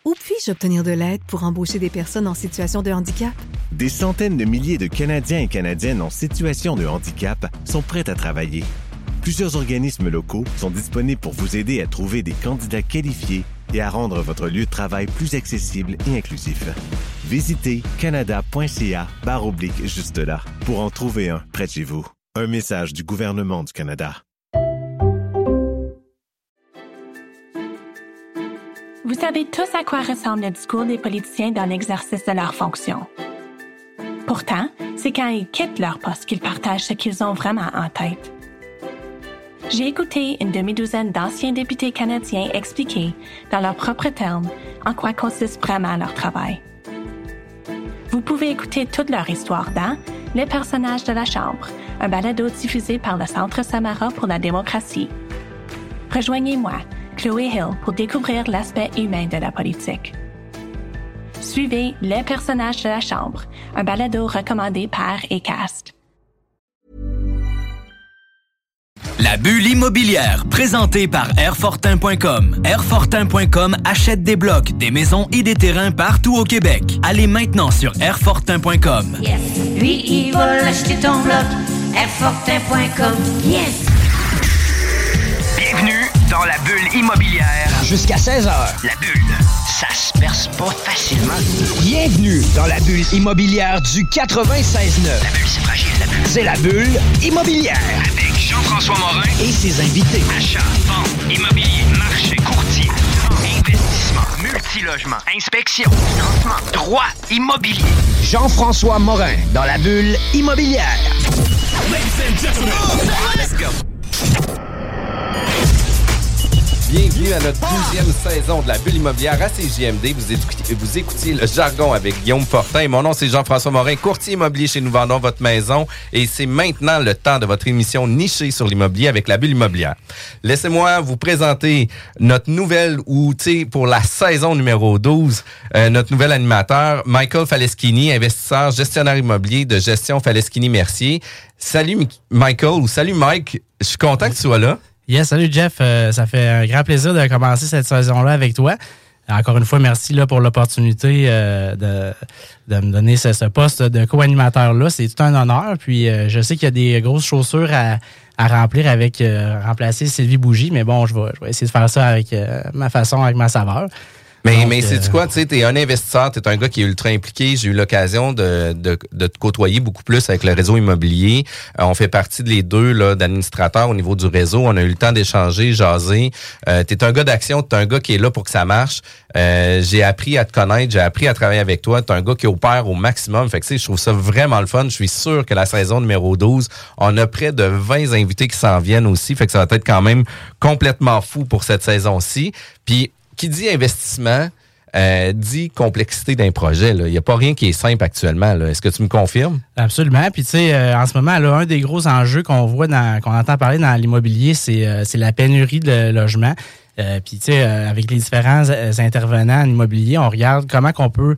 Où puis-je obtenir de l'aide pour embaucher des personnes en situation de handicap? Des centaines de milliers de Canadiens et Canadiennes en situation de handicap sont prêts à travailler. Plusieurs organismes locaux sont disponibles pour vous aider à trouver des candidats qualifiés et à rendre votre lieu de travail plus accessible et inclusif. Visitez canada.ca/juste là pour en trouver un près de chez vous. Un message du gouvernement du Canada. Vous savez tous à quoi ressemble le discours des politiciens dans l'exercice de leurs fonctions. Pourtant, c'est quand ils quittent leur poste qu'ils partagent ce qu'ils ont vraiment en tête. J'ai écouté une demi-douzaine d'anciens députés canadiens expliquer, dans leurs propres termes, en quoi consiste vraiment leur travail. Vous pouvez écouter toute leur histoire dans Les personnages de la Chambre, un balado diffusé par le Centre Samara pour la démocratie. Rejoignez-moi, Chloé Hill, pour découvrir l'aspect humain de la politique. Suivez Les personnages de la Chambre, un balado recommandé par Acast. La bulle immobilière, présentée par Airfortin.com. Airfortin.com achète des blocs, des maisons et des terrains partout au Québec. Allez maintenant sur Airfortin.com. Yes. Lui, il va l'acheter ton bloc. Airfortin.com. Yes. Bienvenue dans la bulle immobilière. Jusqu'à 16h. La bulle, ça se perce pas facilement. Bienvenue dans la bulle immobilière du 96.9. La bulle, c'est fragile, la bulle. C'est la bulle immobilière. Avec Jean-François Morin et ses invités. Achat, vente, immobilier, marché, courtier, investissement, multilogement, inspection, financement, droit immobilier. Jean-François Morin dans la bulle immobilière. Let's go. Bienvenue à notre 12e saison de la bulle immobilière à CJMD. Vous écoutiez le jargon avec Guillaume Fortin. Mon nom, c'est Jean-François Morin, courtier immobilier chez Nous Vendons Votre Maison. Et c'est maintenant le temps de votre émission nichée sur l'immobilier avec la bulle immobilière. Laissez-moi vous présenter notre nouvelle, ou pour la saison numéro 12, notre nouvel animateur, Michael Faleschini, investisseur, gestionnaire immobilier de Gestion Faleschini-Mercier. Salut Michael, ou salut Mike, je suis content que tu sois là. Yes, salut Jeff, ça fait un grand plaisir de commencer cette saison-là avec toi. Encore une fois, merci là, pour l'opportunité de me donner ce poste de co-animateur-là. C'est tout un honneur. Puis je sais qu'il y a des grosses chaussures à remplir avec remplacer Sylvie Bougie, mais bon, je vais essayer de faire ça avec ma façon, avec ma saveur. Mais sais-tu quoi? Tu sais, t'es un investisseur, t'es un gars qui est ultra impliqué. J'ai eu l'occasion de te côtoyer beaucoup plus avec le réseau immobilier. On fait partie de les deux là, d'administrateurs au niveau du réseau. On a eu le temps d'échanger, jaser. T'es un gars d'action, t'es un gars qui est là pour que ça marche. J'ai appris à te connaître, j'ai appris à travailler avec toi. T'es un gars qui opère au maximum. Fait que tu sais, je trouve ça vraiment le fun. Je suis sûr que la saison numéro 12, on a près de 20 invités qui s'en viennent aussi. Fait que ça va être quand même complètement fou pour cette saison-ci. Puis qui dit investissement, dit complexité d'un projet. Il n'y a pas rien qui est simple actuellement. Là. Est-ce que tu me confirmes? Absolument. Puis tu sais, en ce moment, là, un des gros enjeux qu'on voit, qu'on entend parler dans l'immobilier, c'est la pénurie de logements. Puis tu sais, avec les différents intervenants en immobilier, on regarde comment qu'on peut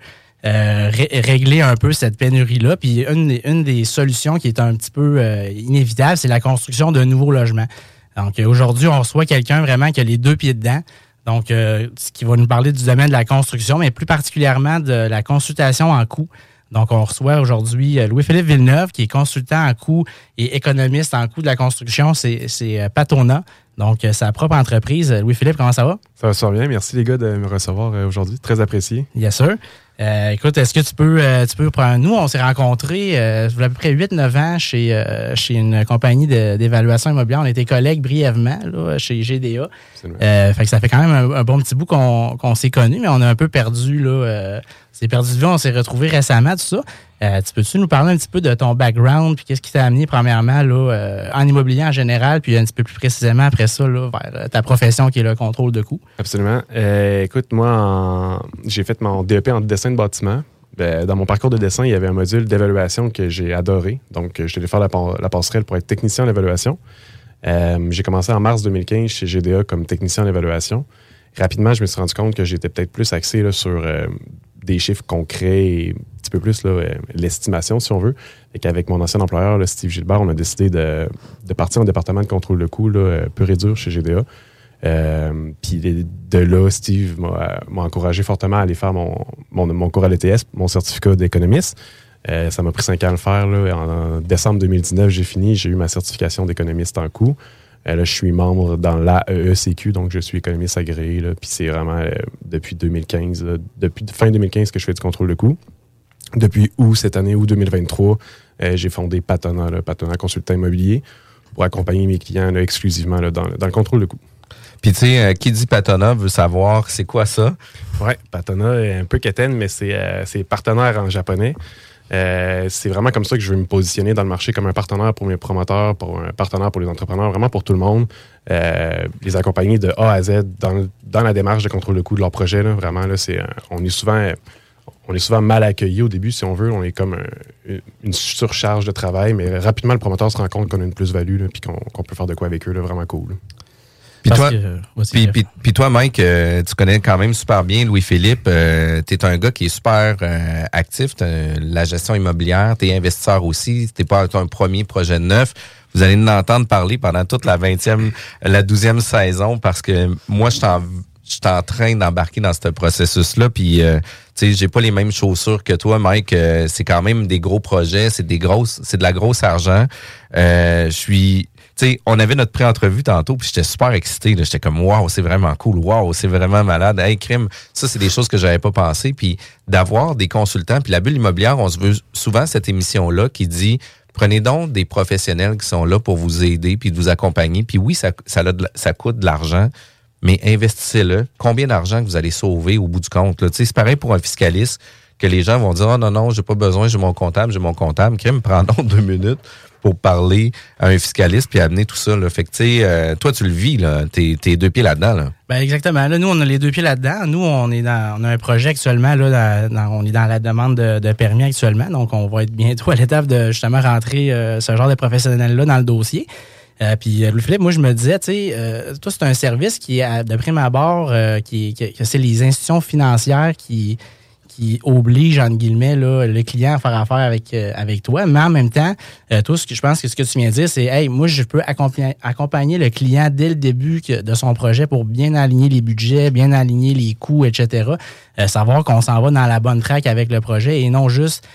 régler un peu cette pénurie-là. Puis une des solutions qui est un petit peu inévitable, c'est la construction de nouveaux logements. Donc aujourd'hui, on reçoit quelqu'un vraiment qui a les deux pieds dedans. Donc, ce qui va nous parler du domaine de la construction, mais plus particulièrement de la consultation en coûts. Donc, on reçoit aujourd'hui Louis-Philippe Villeneuve, qui est consultant en coûts et économiste en coûts de la construction. C'est Patona, donc sa propre entreprise. Louis-Philippe, comment ça va? Ça va super bien. Merci les gars de me recevoir aujourd'hui. Très apprécié. Bien sûr. Écoute, est-ce que tu peux prendre... Nous, on s'est rencontrés il y a à peu près 8-9 ans chez une compagnie d'évaluation immobilière. On était collègues brièvement là, chez GDA. Fait que ça fait quand même un bon petit bout qu'on s'est connus, mais on a un peu perdu là. C'est perdu de vue, on s'est retrouvés récemment, tout ça. Peux-tu nous parler un petit peu de ton background, puis qu'est-ce qui t'a amené premièrement là, en immobilier en général, puis un petit peu plus précisément après ça là, vers ta profession qui est le contrôle de coûts? Absolument. Écoute, moi, j'ai fait mon DEP en dessin de bâtiment. Dans mon parcours de dessin, il y avait un module d'évaluation que j'ai adoré. Donc, je suis allé faire la passerelle pour être technicien en évaluation. J'ai commencé en mars 2015 chez GDA comme technicien en évaluation. Rapidement, je me suis rendu compte que j'étais peut-être plus axé là, sur des chiffres concrets et un petit peu plus là, l'estimation, si on veut. Et qu'avec mon ancien employeur, là, Steve Gilbert, on a décidé de partir en département de contrôle de coûts là, pur et dur chez GDA. Puis de là, Steve m'a encouragé fortement à aller faire mon cours à l'ETS, mon certificat d'économiste. Ça m'a pris 5 ans à le faire. Là. En décembre 2019, j'ai fini. J'ai eu ma certification d'économiste en coût. Là, je suis membre dans l'AEECQ, donc je suis économiste agréé. Là, puis c'est vraiment depuis 2015, depuis fin 2015 que je fais du contrôle de coûts. Depuis cette année, août 2023, j'ai fondé Patona Consultant Immobilier, pour accompagner mes clients là, exclusivement là, dans le contrôle de coûts. Puis tu sais, qui dit Patona veut savoir c'est quoi ça? Oui, Patona est un peu quétaine, mais c'est partenaire en japonais. C'est vraiment comme ça que je veux me positionner dans le marché, comme un partenaire pour mes promoteurs, pour un partenaire pour les entrepreneurs, vraiment pour tout le monde. Les accompagner de A à Z dans la démarche de contrôle de coûts de leur projet. Là, vraiment, là, on est souvent mal accueillis au début, si on veut. On est comme une surcharge de travail, mais rapidement, le promoteur se rend compte qu'on a une plus-value puis qu'on peut faire de quoi avec eux. Là, vraiment cool. Puis toi, Mike, tu connais quand même super bien Louis-Philippe. Tu es un gars qui est super actif. La gestion immobilière, tu es investisseur aussi. Tu pas un premier projet neuf. Vous allez nous entendre parler pendant toute la 12e saison parce que moi, je suis en train d'embarquer dans ce processus-là. Puis, tu sais, j'ai pas les mêmes chaussures que toi, Mike. C'est quand même des gros projets. C'est de la grosse argent. Tu sais, on avait notre pré-entrevue tantôt, puis j'étais super excité. Là. J'étais comme, wow, c'est vraiment cool. Wow, c'est vraiment malade. Hey, crime, ça, c'est des choses que j'avais pas pensé. Puis d'avoir des consultants, puis la bulle immobilière, on se veut souvent cette émission-là qui dit, prenez donc des professionnels qui sont là pour vous aider, puis de vous accompagner. Puis oui, ça coûte de l'argent, mais investissez-le. Combien d'argent que vous allez sauver au bout du compte? Là? Tu sais, c'est pareil pour un fiscaliste, que les gens vont dire, oh non, j'ai pas besoin, j'ai mon comptable. Crime, prends donc 2 minutes pour parler à un fiscaliste puis amener tout ça. Là. Fait que, tu sais, toi, tu le vis, là. T'es 2 pieds là-dedans, là. Ben exactement. Là, nous, on a les 2 pieds là-dedans. Nous, on a un projet actuellement, là, on est dans la demande de permis actuellement. Donc, on va être bientôt à l'étape de, justement, rentrer ce genre de professionnel-là dans le dossier. Puis, Louis-Philippe, moi, je me disais, tu sais, toi, c'est un service qui est, de prime abord, que c'est les institutions financières qui oblige, entre guillemets, là, le client à faire affaire avec toi. Mais en même temps, toi, je pense que ce que tu viens de dire, c'est, hey, moi, je peux accompagner le client dès le début de son projet pour bien aligner les budgets, bien aligner les coûts, etc. Savoir qu'on s'en va dans la bonne track avec le projet et non juste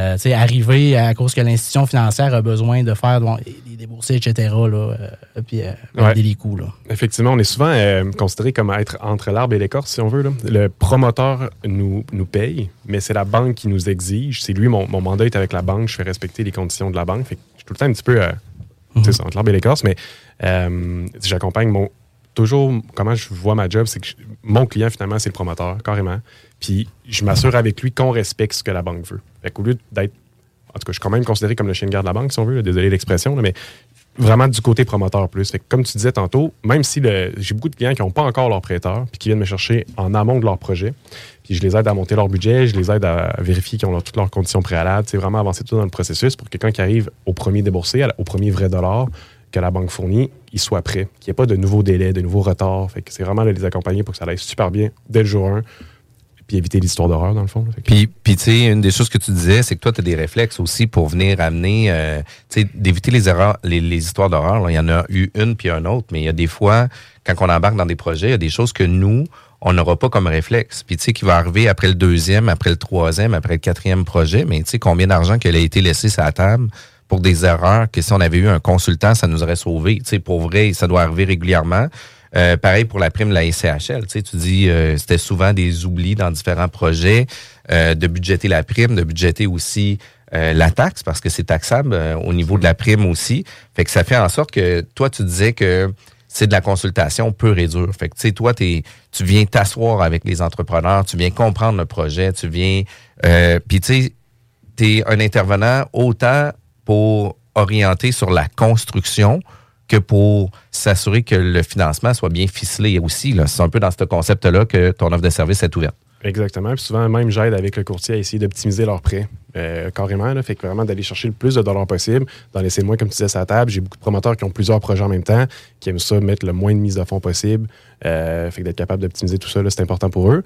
arriver à cause que l'institution financière a besoin de faire les débourser, etc. Puis valider les coûts. Là. Effectivement, on est souvent considéré comme être entre l'arbre et l'écorce, si on veut. Là. Le promoteur nous paye, mais c'est la banque qui nous exige. C'est lui, mon mandat est avec la banque. Je fais respecter les conditions de la banque. Fait que je suis tout le temps un petit peu entre l'arbre et l'écorce, mais j'accompagne toujours, comment je vois ma job, c'est que mon client, finalement, c'est le promoteur, carrément. Puis je m'assure avec lui qu'on respecte ce que la banque veut. Fait qu'au lieu d'être... En tout cas, je suis quand même considéré comme le chien de garde de la banque, si on veut. Là, désolé l'expression, là, mais vraiment du côté promoteur plus. Fait que comme tu disais tantôt, même si j'ai beaucoup de clients qui n'ont pas encore leur prêteur puis qui viennent me chercher en amont de leur projet, puis je les aide à monter leur budget, je les aide à vérifier qu'ils ont toutes leurs conditions préalables, c'est vraiment avancer tout dans le processus pour que quelqu'un qui arrive au premier déboursé, au premier vrai dollar que la banque fournit, il soit prêt. Qu'il n'y ait pas de nouveaux délais, de nouveaux retards. Fait que c'est vraiment de les accompagner pour que ça aille super bien dès le jour 1. Puis éviter l'histoire d'horreur, dans le fond. Puis tu sais, une des choses que tu disais, c'est que toi, tu as des réflexes aussi pour venir amener, tu sais, d'éviter les erreurs, les histoires d'horreur. Là. Il y en a eu une puis un autre, mais il y a des fois, quand on embarque dans des projets, il y a des choses que nous, on n'aura pas comme réflexe. Puis tu sais, qui va arriver après le 2e, après le 3e, après le 4e projet, mais tu sais, combien d'argent qu'il a été laissé sur la table pour des erreurs que si on avait eu un consultant, ça nous aurait sauvé. Tu sais, pour vrai, ça doit arriver régulièrement. Pareil pour la prime de la SCHL. Tu sais, tu dis, c'était souvent des oublis dans différents projets de budgéter la prime, de budgéter aussi la taxe, parce que c'est taxable au niveau de la prime aussi. Fait que ça fait en sorte que, toi, tu disais que c'est de la consultation pure et dure. Fait que, tu sais, toi, tu viens t'asseoir avec les entrepreneurs, tu viens comprendre le projet, tu viens... Puis, tu sais, tu es un intervenant autant pour orienter sur la construction que pour s'assurer que le financement soit bien ficelé aussi. Là. C'est un peu dans ce concept-là que ton offre de service est ouverte. Exactement. Puis souvent, même, j'aide avec le courtier à essayer d'optimiser leurs prêts. Carrément. Là. Fait que vraiment d'aller chercher le plus de dollars possible, d'en laisser le moins, comme tu disais, sur la table. J'ai beaucoup de promoteurs qui ont plusieurs projets en même temps, qui aiment ça, mettre le moins de mise de fonds possible. Fait que d'être capable d'optimiser tout ça, là, c'est important pour eux.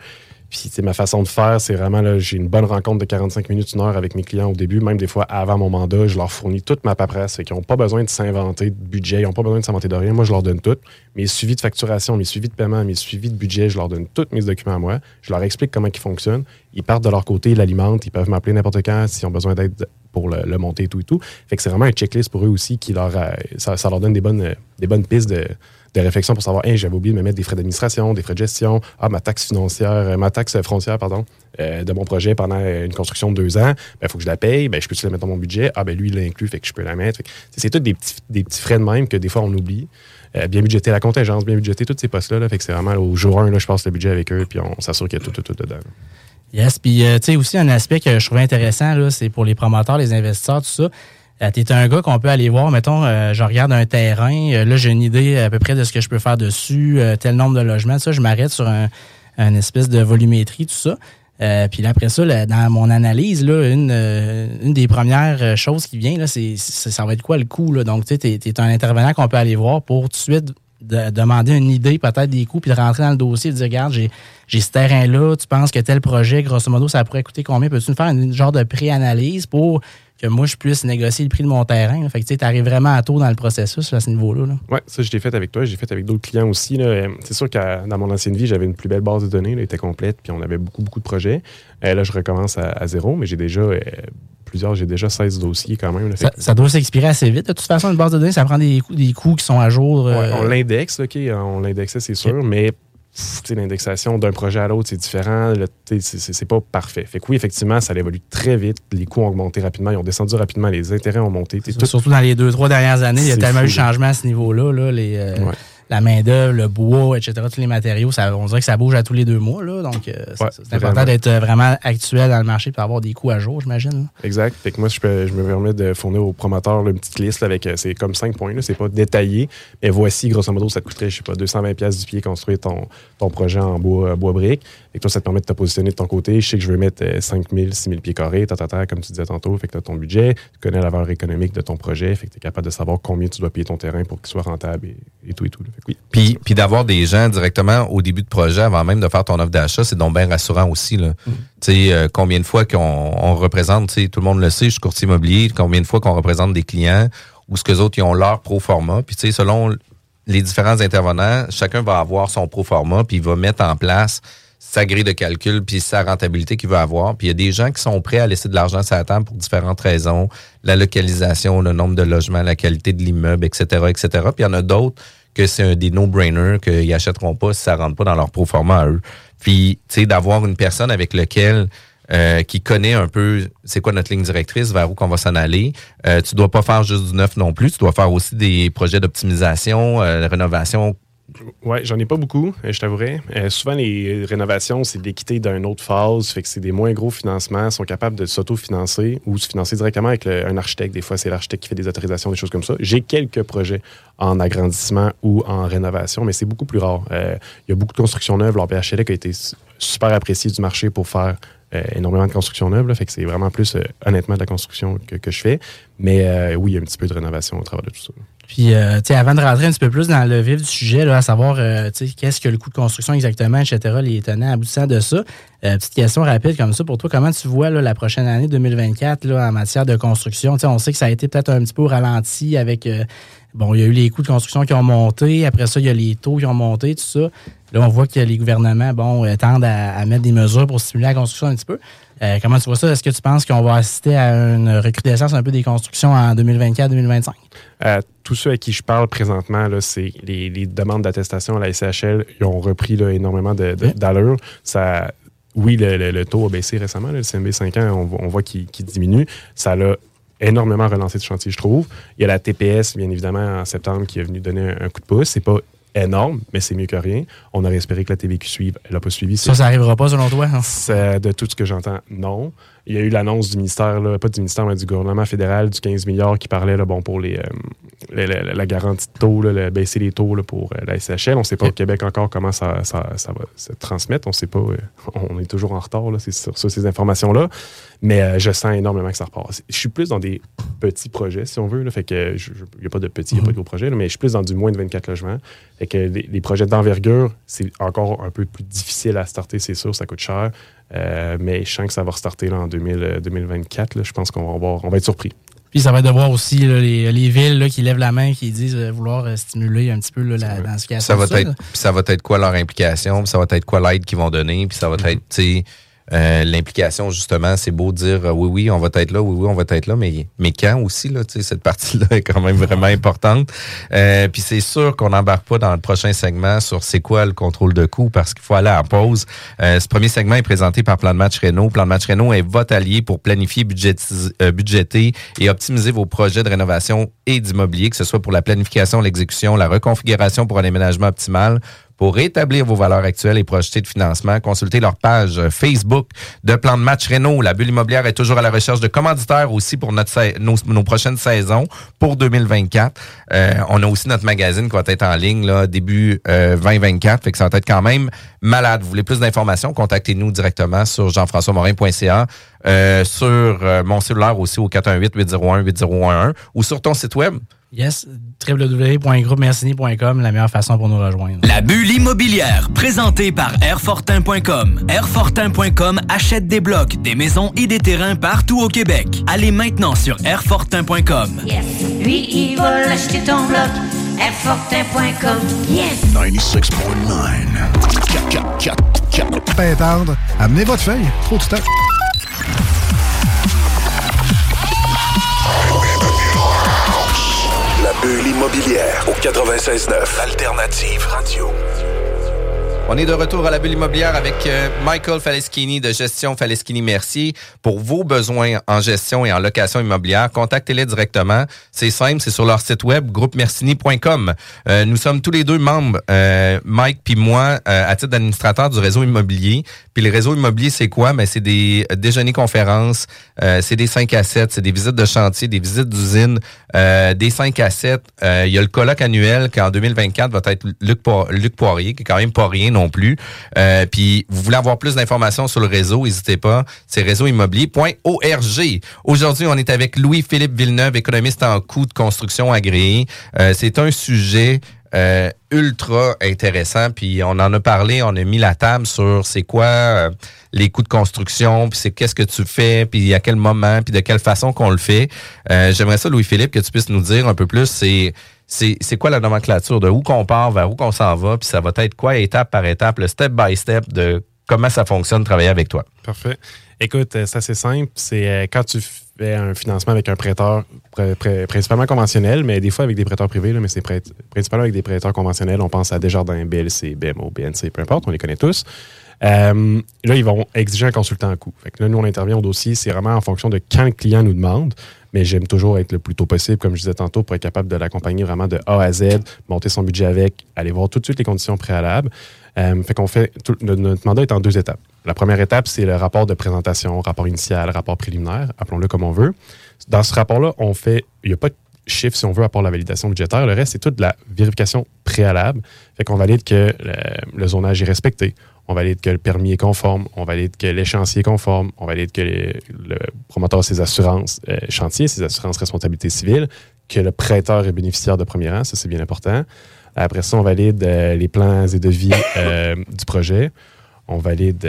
Puis ma façon de faire, c'est vraiment, là, j'ai une bonne rencontre de 45 minutes, 1 heure avec mes clients au début, même des fois avant mon mandat, je leur fournis toute ma paperasse. Fait qu'ils n'ont pas besoin de s'inventer de budget, ils n'ont pas besoin de s'inventer de rien. Moi, je leur donne tout. Mes suivis de facturation, mes suivis de paiement, mes suivis de budget, je leur donne tous mes documents à moi. Je leur explique comment ils fonctionnent. Ils partent de leur côté, ils l'alimentent, ils peuvent m'appeler n'importe quand s'ils ont besoin d'aide pour le monter et tout et tout. Fait que c'est vraiment un checklist pour eux aussi qui ça leur donne des bonnes pistes de réflexion pour savoir, hey, j'avais oublié de me mettre des frais d'administration, des frais de gestion, ma taxe frontière, de mon projet pendant une construction de 2 ans, il faut que je la paye, je peux-tu la mettre dans mon budget? Lui, il l'inclut, fait que je peux la mettre. C'est tous des petits frais de même que des fois on oublie. Bien budgéter la contingence, bien budgéter tous ces postes-là. Fait que c'est vraiment au jour 1, là, je passe le budget avec eux, puis on s'assure qu'il y a tout dedans. Yes, puis tu sais, aussi un aspect que je trouvais intéressant, là, c'est pour les promoteurs, les investisseurs, tout ça. T'es un gars qu'on peut aller voir, mettons, je regarde un terrain, là j'ai une idée à peu près de ce que je peux faire dessus, tel nombre de logements, ça, je m'arrête sur un espèce de volumétrie, tout ça. Puis là, après ça, là, dans mon analyse, là, une des premières choses qui vient, là, ça va être quoi le coût, là? Donc, tu sais, t'es un intervenant qu'on peut aller voir pour tout de suite demander une idée, peut-être des coûts, puis de rentrer dans le dossier et de dire, regarde, j'ai ce terrain-là, tu penses que tel projet, grosso modo, ça pourrait coûter combien? Peux-tu nous faire une genre de pré-analyse pour que moi, je puisse négocier le prix de mon terrain? Là? Fait que tu arrives vraiment à tôt dans le processus à ce niveau-là. Oui, ça, je l'ai fait avec toi. J'ai fait avec d'autres clients aussi. Là. C'est sûr que dans mon ancienne vie, j'avais une plus belle base de données. Elle était complète, puis on avait beaucoup de projets. Là, je recommence à zéro, mais j'ai déjà j'ai déjà 16 dossiers quand même. Là. Ça doit s'expirer assez vite. De toute façon, une base de données, ça prend des coûts qui sont à jour. Ouais, on l'indexe, OK? On l'indexait, c'est sûr, mais l'indexation d'un projet à l'autre, c'est différent. C'est pas parfait. Fait que oui, effectivement, ça évolue très vite. Les coûts ont augmenté rapidement. Ils ont descendu rapidement. Les intérêts ont monté. Surtout dans les 2-3 dernières années, il y a tellement eu de changements à ce niveau-là. Là, la main-d'œuvre, le bois, etc., tous les matériaux, on dirait que ça bouge à tous les 2 mois. Là, donc, c'est important d'être vraiment actuel dans le marché pour avoir des coûts à jour, j'imagine. Là. Exact. Fait que moi, je me permets de fournir aux promoteurs là, une petite liste là, avec, c'est comme 5 points. Là, c'est pas détaillé. Mais voici, grosso modo, ça te coûterait, je sais pas, 220$ du pied construire ton projet en bois brique. Et toi, ça te permet de te positionner de ton côté. Je sais que je veux mettre 5000, 6000 pieds carrés, comme tu disais tantôt. Fait que tu as ton budget, tu connais la valeur économique de ton projet. Fait que tu es capable de savoir combien tu dois payer ton terrain pour qu'il soit rentable et tout. Fait que oui. Puis d'avoir des gens directement au début de projet, avant même de faire ton offre d'achat, c'est donc bien rassurant aussi. Là. Tu sais, combien de fois qu'on représente, tu sais, tout le monde le sait, je suis courtier immobilier, combien de fois qu'on représente des clients ou ce qu'eux autres, ils ont leur pro-forma. Puis tu sais, selon les différents intervenants, chacun va avoir son pro-forma, puis il va mettre en place sa grille de calcul puis sa rentabilité qu'il veut avoir. Puis il y a des gens qui sont prêts à laisser de l'argent sur la table pour différentes raisons, la localisation, le nombre de logements, la qualité de l'immeuble, etc., etc. Puis il y en a d'autres que c'est des no-brainers qu'ils n'achèteront pas si ça ne rentre pas dans leur pro-forma à eux. Puis, tu sais, d'avoir une personne avec laquelle qui connaît un peu c'est quoi notre ligne directrice, vers où qu'on va s'en aller. Tu dois pas faire juste du neuf non plus, tu dois faire aussi des projets d'optimisation, de rénovation. Oui, j'en ai pas beaucoup, je t'avouerais. Souvent, les rénovations, c'est de l'équité d'une autre phase, fait que c'est des moins gros financements, ils sont capables de s'auto-financer ou se financer directement avec un architecte. Des fois, c'est l'architecte qui fait des autorisations, des choses comme ça. J'ai quelques projets en agrandissement ou en rénovation, mais c'est beaucoup plus rare. Il y a beaucoup de constructions neuves. L'OPHLEC a été super apprécié du marché pour faire énormément de construction neuve, là, fait que c'est vraiment plus, honnêtement, de la construction que je fais. Mais oui, il y a un petit peu de rénovation au travers de tout ça. Puis, tu sais, avant de rentrer un petit peu plus dans le vif du sujet, là, à savoir, tu sais, qu'est-ce que le coût de construction exactement, etc., les tenants aboutissants de ça. Petite question rapide comme ça pour toi. Comment tu vois là, la prochaine année 2024 là, en matière de construction? Tu sais, on sait que ça a été peut-être un petit peu au ralenti avec... bon, il y a eu les coûts de construction qui ont monté. Après ça, il y a les taux qui ont monté, tout ça. Là, on voit que les gouvernements, tendent à mettre des mesures pour stimuler la construction un petit peu. Comment tu vois ça? Est-ce que tu penses qu'on va assister à une recrudescence un peu des constructions en 2024-2025? Tous ceux à qui je parle présentement, là, c'est les demandes d'attestation à la SCHL, ils ont repris là, énormément d'allure. Ça, oui, le taux a baissé récemment. Là, le CMB 5 ans, on voit qu'il diminue. Ça l'a énormément relancé de chantier, je trouve. Il y a la TPS, bien évidemment, en septembre, qui est venue donner un coup de pouce. C'est pas énorme, mais c'est mieux que rien. On aurait espéré que la TVQ suive. Elle n'a pas suivi. Ça n'arrivera pas selon toi? De tout ce que j'entends, non. Il y a eu l'annonce du ministère, là, pas du ministère, mais du gouvernement fédéral, du 15 milliards qui parlait là, pour la garantie de taux, là, baisser les taux là, pour la SHL. On ne sait pas au Québec encore comment ça va se transmettre. On ne sait pas. On est toujours en retard là, sur ces informations-là. Mais je sens énormément que ça repart. Je suis plus dans des petits projets, si on veut. Là, fait que il n'y a pas de petits, il n'y a pas de gros projets, là, mais je suis plus dans du moins de 24 logements. Fait que les projets d'envergure, c'est encore un peu plus difficile à starter, c'est sûr, ça coûte cher. Mais je sens que ça va restarter là, en 2024. Là, je pense qu'on va être surpris. Puis ça va être de voir aussi là, les villes là, qui lèvent la main, qui disent vouloir stimuler un petit peu là, la densification. Ça va être quoi leur implication, puis ça va être quoi l'aide qu'ils vont donner, puis ça va être, tu sais, l'implication, justement, c'est beau de dire oui, on va être là, oui, on va être là, mais quand aussi, là, tu sais, cette partie-là est quand même vraiment importante. Puis c'est sûr qu'on n'embarque pas dans le prochain segment sur c'est quoi le contrôle de coût parce qu'il faut aller en pause. Ce premier segment est présenté par Plan de match Réno. Plan de match Réno est votre allié pour planifier, budgéter et optimiser vos projets de rénovation et d'immobilier, que ce soit pour la planification, l'exécution, la reconfiguration pour un aménagement optimal. Pour rétablir vos valeurs actuelles et projeter de financement, consultez leur page Facebook de Plan de match Réno. La bulle immobilière est toujours à la recherche de commanditaires aussi pour nos prochaines saisons pour 2024. On a aussi notre magazine qui va être en ligne là, début 2024. Fait que ça va être quand même malade. Vous voulez plus d'informations? Contactez-nous directement sur jean-françois-morin.ca, sur mon cellulaire aussi au 418-801-8011 ou sur ton site web. Yes, www.groupemercini.com, la meilleure façon pour nous rejoindre. La bulle immobilière, présentée par Airfortin.com. Airfortin.com achète des blocs, des maisons et des terrains partout au Québec. Allez maintenant sur Airfortin.com. Yes. Lui, il va l'acheter ton bloc. Airfortin.com. Yes. 96.9. Pétard, amenez votre feuille. Trop de stock. La bulle immobilière au 96.9 Alternative Radio. On est de retour à la bulle immobilière avec Michael Faleschini de Gestion Faleschini Mercier. Pour vos besoins en gestion et en location immobilière, contactez-les directement. C'est simple, c'est sur leur site web, groupemercini.com. Nous sommes tous les deux membres, Mike puis moi, à titre d'administrateur du réseau immobilier. Puis le réseau immobilier, c'est quoi? Ben, c'est des déjeuners-conférences, c'est des 5 à 7, c'est des visites de chantier, des visites d'usine, des 5 à 7. Il y a le colloque annuel qui, en 2024, va être Luc Poirier, qui est quand même pas rien non plus. Puis vous voulez avoir plus d'informations sur le réseau, n'hésitez pas. C'est réseauimmobilier.org. Aujourd'hui, on est avec Louis-Philippe Villeneuve, économiste en coûts de construction agréé. C'est un sujet ultra intéressant, puis on en a parlé, on a mis la table sur c'est quoi les coûts de construction, puis c'est qu'est-ce que tu fais, puis à quel moment, puis de quelle façon qu'on le fait. J'aimerais ça, Louis-Philippe, que tu puisses nous dire un peu plus, c'est quoi la nomenclature, de où qu'on part, vers où qu'on s'en va, puis ça va être quoi, étape par étape, le step by step de comment ça fonctionne, travailler avec toi. Parfait. Écoute, c'est assez simple. C'est quand tu fais un financement avec un prêteur principalement conventionnel, mais des fois avec des prêteurs privés, là, mais c'est principalement avec des prêteurs conventionnels. On pense à Desjardins, BLC, BMO, BNC, peu importe, on les connaît tous. Là, ils vont exiger un consultant en coût. Fait que là, nous, on intervient au dossier. C'est vraiment en fonction de quand le client nous demande. Mais j'aime toujours être le plus tôt possible, comme je disais tantôt, pour être capable de l'accompagner vraiment de A à Z, monter son budget avec, aller voir tout de suite les conditions préalables. Fait qu'on fait notre mandat est en 2 étapes. La première étape, c'est le rapport de présentation, rapport initial, rapport préliminaire, appelons-le comme on veut. Dans ce rapport-là, il n'y a pas de chiffre, si on veut, à part la validation budgétaire. Le reste, c'est toute la vérification préalable. Fait qu'on valide que le zonage est respecté. On valide que le permis est conforme. On valide que l'échéancier est conforme. On valide que le promoteur a ses assurances chantier, ses assurances responsabilité civile, que le prêteur est bénéficiaire de premier rang. Ça, c'est bien important. Après ça, on valide les plans et devis du projet. On valide,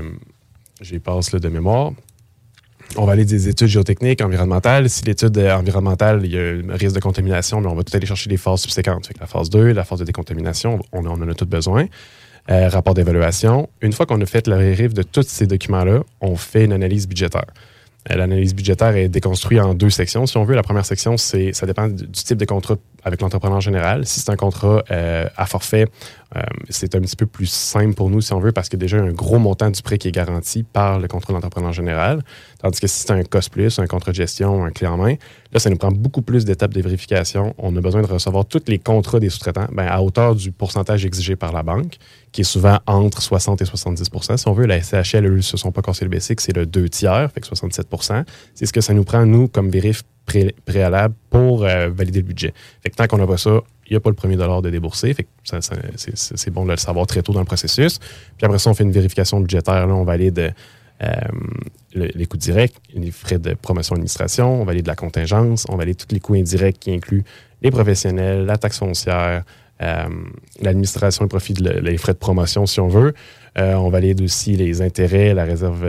j'y passe là, de mémoire. On valide des études géotechniques, environnementales. Si l'étude environnementale, il y a un risque de contamination, mais on va tout aller chercher les phases subséquentes. Fait que la phase 2, la phase de décontamination, on en a tout besoin. Rapport d'évaluation. Une fois qu'on a fait le vérif de tous ces documents-là, on fait une analyse budgétaire. L'analyse budgétaire est déconstruite en 2 sections. Si on veut, la première section, ça dépend du type de contrat avec l'entrepreneur général. Si c'est un contrat à forfait, C'est un petit peu plus simple pour nous, si on veut, parce que déjà, il y a un gros montant du prêt qui est garanti par le contrôle d'entrepreneur général. Tandis que si c'est un cost plus, un contrat de gestion, un clé en main, là, ça nous prend beaucoup plus d'étapes de vérification. On a besoin de recevoir tous les contrats des sous-traitants à hauteur du pourcentage exigé par la banque, qui est souvent entre 60 et 70 %. Si on veut, la SCHL, eux, ne se sont pas cassés le BC, c'est le 2/3, fait que 67 %. C'est ce que ça nous prend, nous, comme vérif préalable pour valider le budget. Fait que tant qu'on n'a pas ça, il n'y a pas le premier dollar de débourser. Fait que c'est bon de le savoir très tôt dans le processus. Puis après ça, on fait une vérification budgétaire. Là, on valide les coûts directs, les frais de promotion et administration, on valide la contingence, on valide tous les coûts indirects qui incluent les professionnels, la taxe foncière, l'administration et profit, les frais de promotion, si on veut. On valide aussi les intérêts, la réserve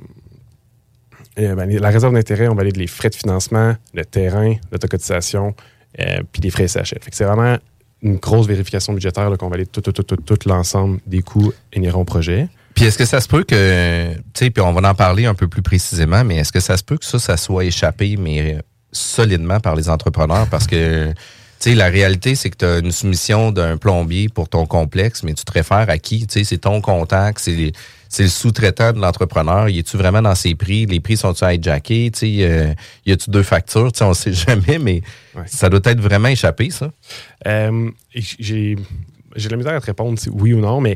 d'intérêt, on valide les frais de financement, le terrain, l'autocotisation, puis les frais SHL. Fait que c'est vraiment une grosse vérification budgétaire là, qu'on valide tout l'ensemble des coûts inhérents au projet. Puis est-ce que ça se peut que, tu sais, puis on va en parler un peu plus précisément, mais est-ce que ça se peut que ça soit échappé, mais solidement par les entrepreneurs? Parce que, tu sais, la réalité, c'est que tu as une soumission d'un plombier pour ton complexe, mais tu te réfères à qui? Tu sais, c'est ton contact, c'est le sous-traitant de l'entrepreneur. Y est-tu vraiment dans ses prix? Les prix sont-tu hijackés? Tu sais, y a-tu 2 factures? Tu sais, on sait jamais, mais ça doit être vraiment échappé, ça. J'ai de la misère à te répondre si oui ou non, mais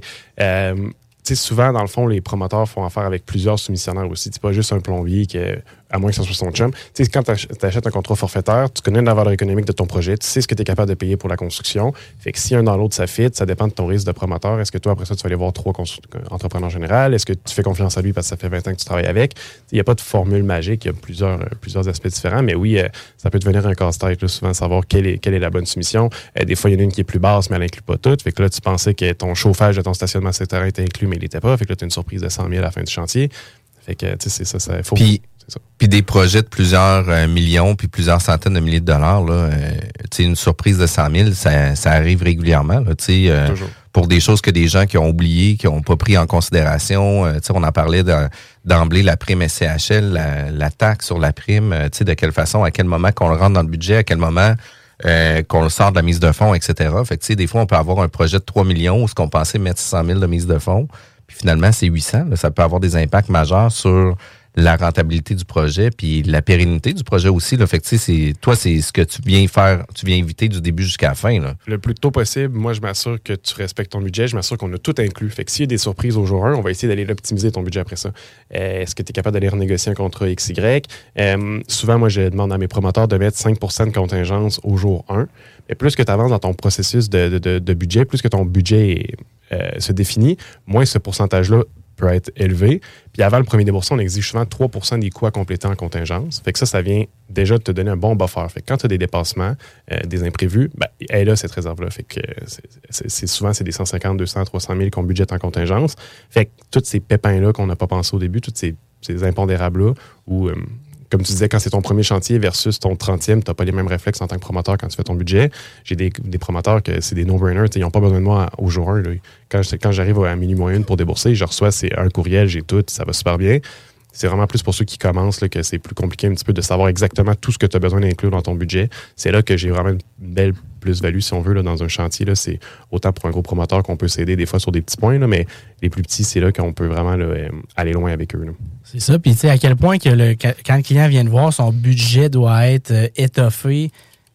souvent, dans le fond, les promoteurs font affaire avec plusieurs soumissionnaires aussi. C'est pas juste un plombier qui est à moins que ça soit son chum. T'sais, quand tu achètes un contrat forfaitaire, tu connais la valeur économique de ton projet, tu sais ce que tu es capable de payer pour la construction. Fait que si un dans l'autre, ça fit, ça dépend de ton risque de promoteur. Est-ce que toi, après ça, tu vas aller voir 3 entrepreneurs généraux? Est-ce que tu fais confiance à lui parce que ça fait 20 ans que tu travailles avec? Il n'y a pas de formule magique, il y a plusieurs aspects différents, mais oui, ça peut devenir un casse-tête, là, souvent, savoir quelle est la bonne soumission. Des fois, il y en a une qui est plus basse, mais elle n'inclut pas tout. Fait que là, tu pensais que ton chauffage de ton stationnement sur terrain était inclus, mais il n'était pas. Fait que là, tu as une surprise de 100 000 à la fin du chantier. Fait que, tu sais, c'est ça, il faut... Puis des projets de plusieurs millions, puis plusieurs centaines de milliers de dollars, là, une surprise de 100 000, ça arrive régulièrement. Là, pour des choses que des gens qui ont oublié, qui n'ont pas pris en considération. On en parlait d'emblée, la prime SCHL, la taxe sur la prime, de quelle façon, à quel moment qu'on le rentre dans le budget, à quel moment qu'on le sort de la mise de fonds, etc. Fait que, des fois, on peut avoir un projet de 3 millions où ce qu'on pensait mettre 600 000 de mise de fonds, puis finalement, c'est 800. Là, ça peut avoir des impacts majeurs sur la rentabilité du projet, puis la pérennité du projet aussi. Là. Fait que, toi, c'est ce que tu viens faire, tu viens éviter du début jusqu'à la fin. Là. Le plus tôt possible, moi, je m'assure que tu respectes ton budget, je m'assure qu'on a tout inclus. Fait que s'il y a des surprises au jour 1, on va essayer d'aller l'optimiser ton budget après ça. Est-ce que tu es capable d'aller renégocier un contrat XY? Souvent, moi, je demande à mes promoteurs de mettre 5 % de contingence au jour 1. Mais plus que tu avances dans ton processus de budget, plus que ton budget se définit, moins ce pourcentage-là peut être élevé. Puis avant le premier déboursement, on exige souvent 3 % des coûts à compléter en contingence. Fait que ça vient déjà de te donner un bon buffer. Fait que quand tu as des dépassements, des imprévus, elle est là, cette réserve-là. Fait que souvent, c'est des 150, 200, 300 000 qu'on budgète en contingence. Fait que tous ces pépins-là qu'on n'a pas pensé au début, tous ces impondérables-là, où... Comme tu disais, quand c'est ton premier chantier versus ton 30e, tu n'as pas les mêmes réflexes en tant que promoteur quand tu fais ton budget. J'ai des promoteurs que c'est des no-brainers. Ils n'ont pas besoin de moi au jour 1. Là. Quand j'arrive à minuit moins 1 pour débourser, je reçois un courriel, j'ai tout, ça va super bien. C'est vraiment plus pour ceux qui commencent là, que c'est plus compliqué un petit peu de savoir exactement tout ce que tu as besoin d'inclure dans ton budget. C'est là que j'ai vraiment une belle plus-value, si on veut, là, dans un chantier. Là, c'est autant pour un gros promoteur qu'on peut s'aider des fois sur des petits points, là, mais les plus petits, c'est là qu'on peut vraiment là, aller loin avec eux. Là. C'est ça. Puis, tu sais, à quel point que quand le client vient de voir, son budget doit être étoffé,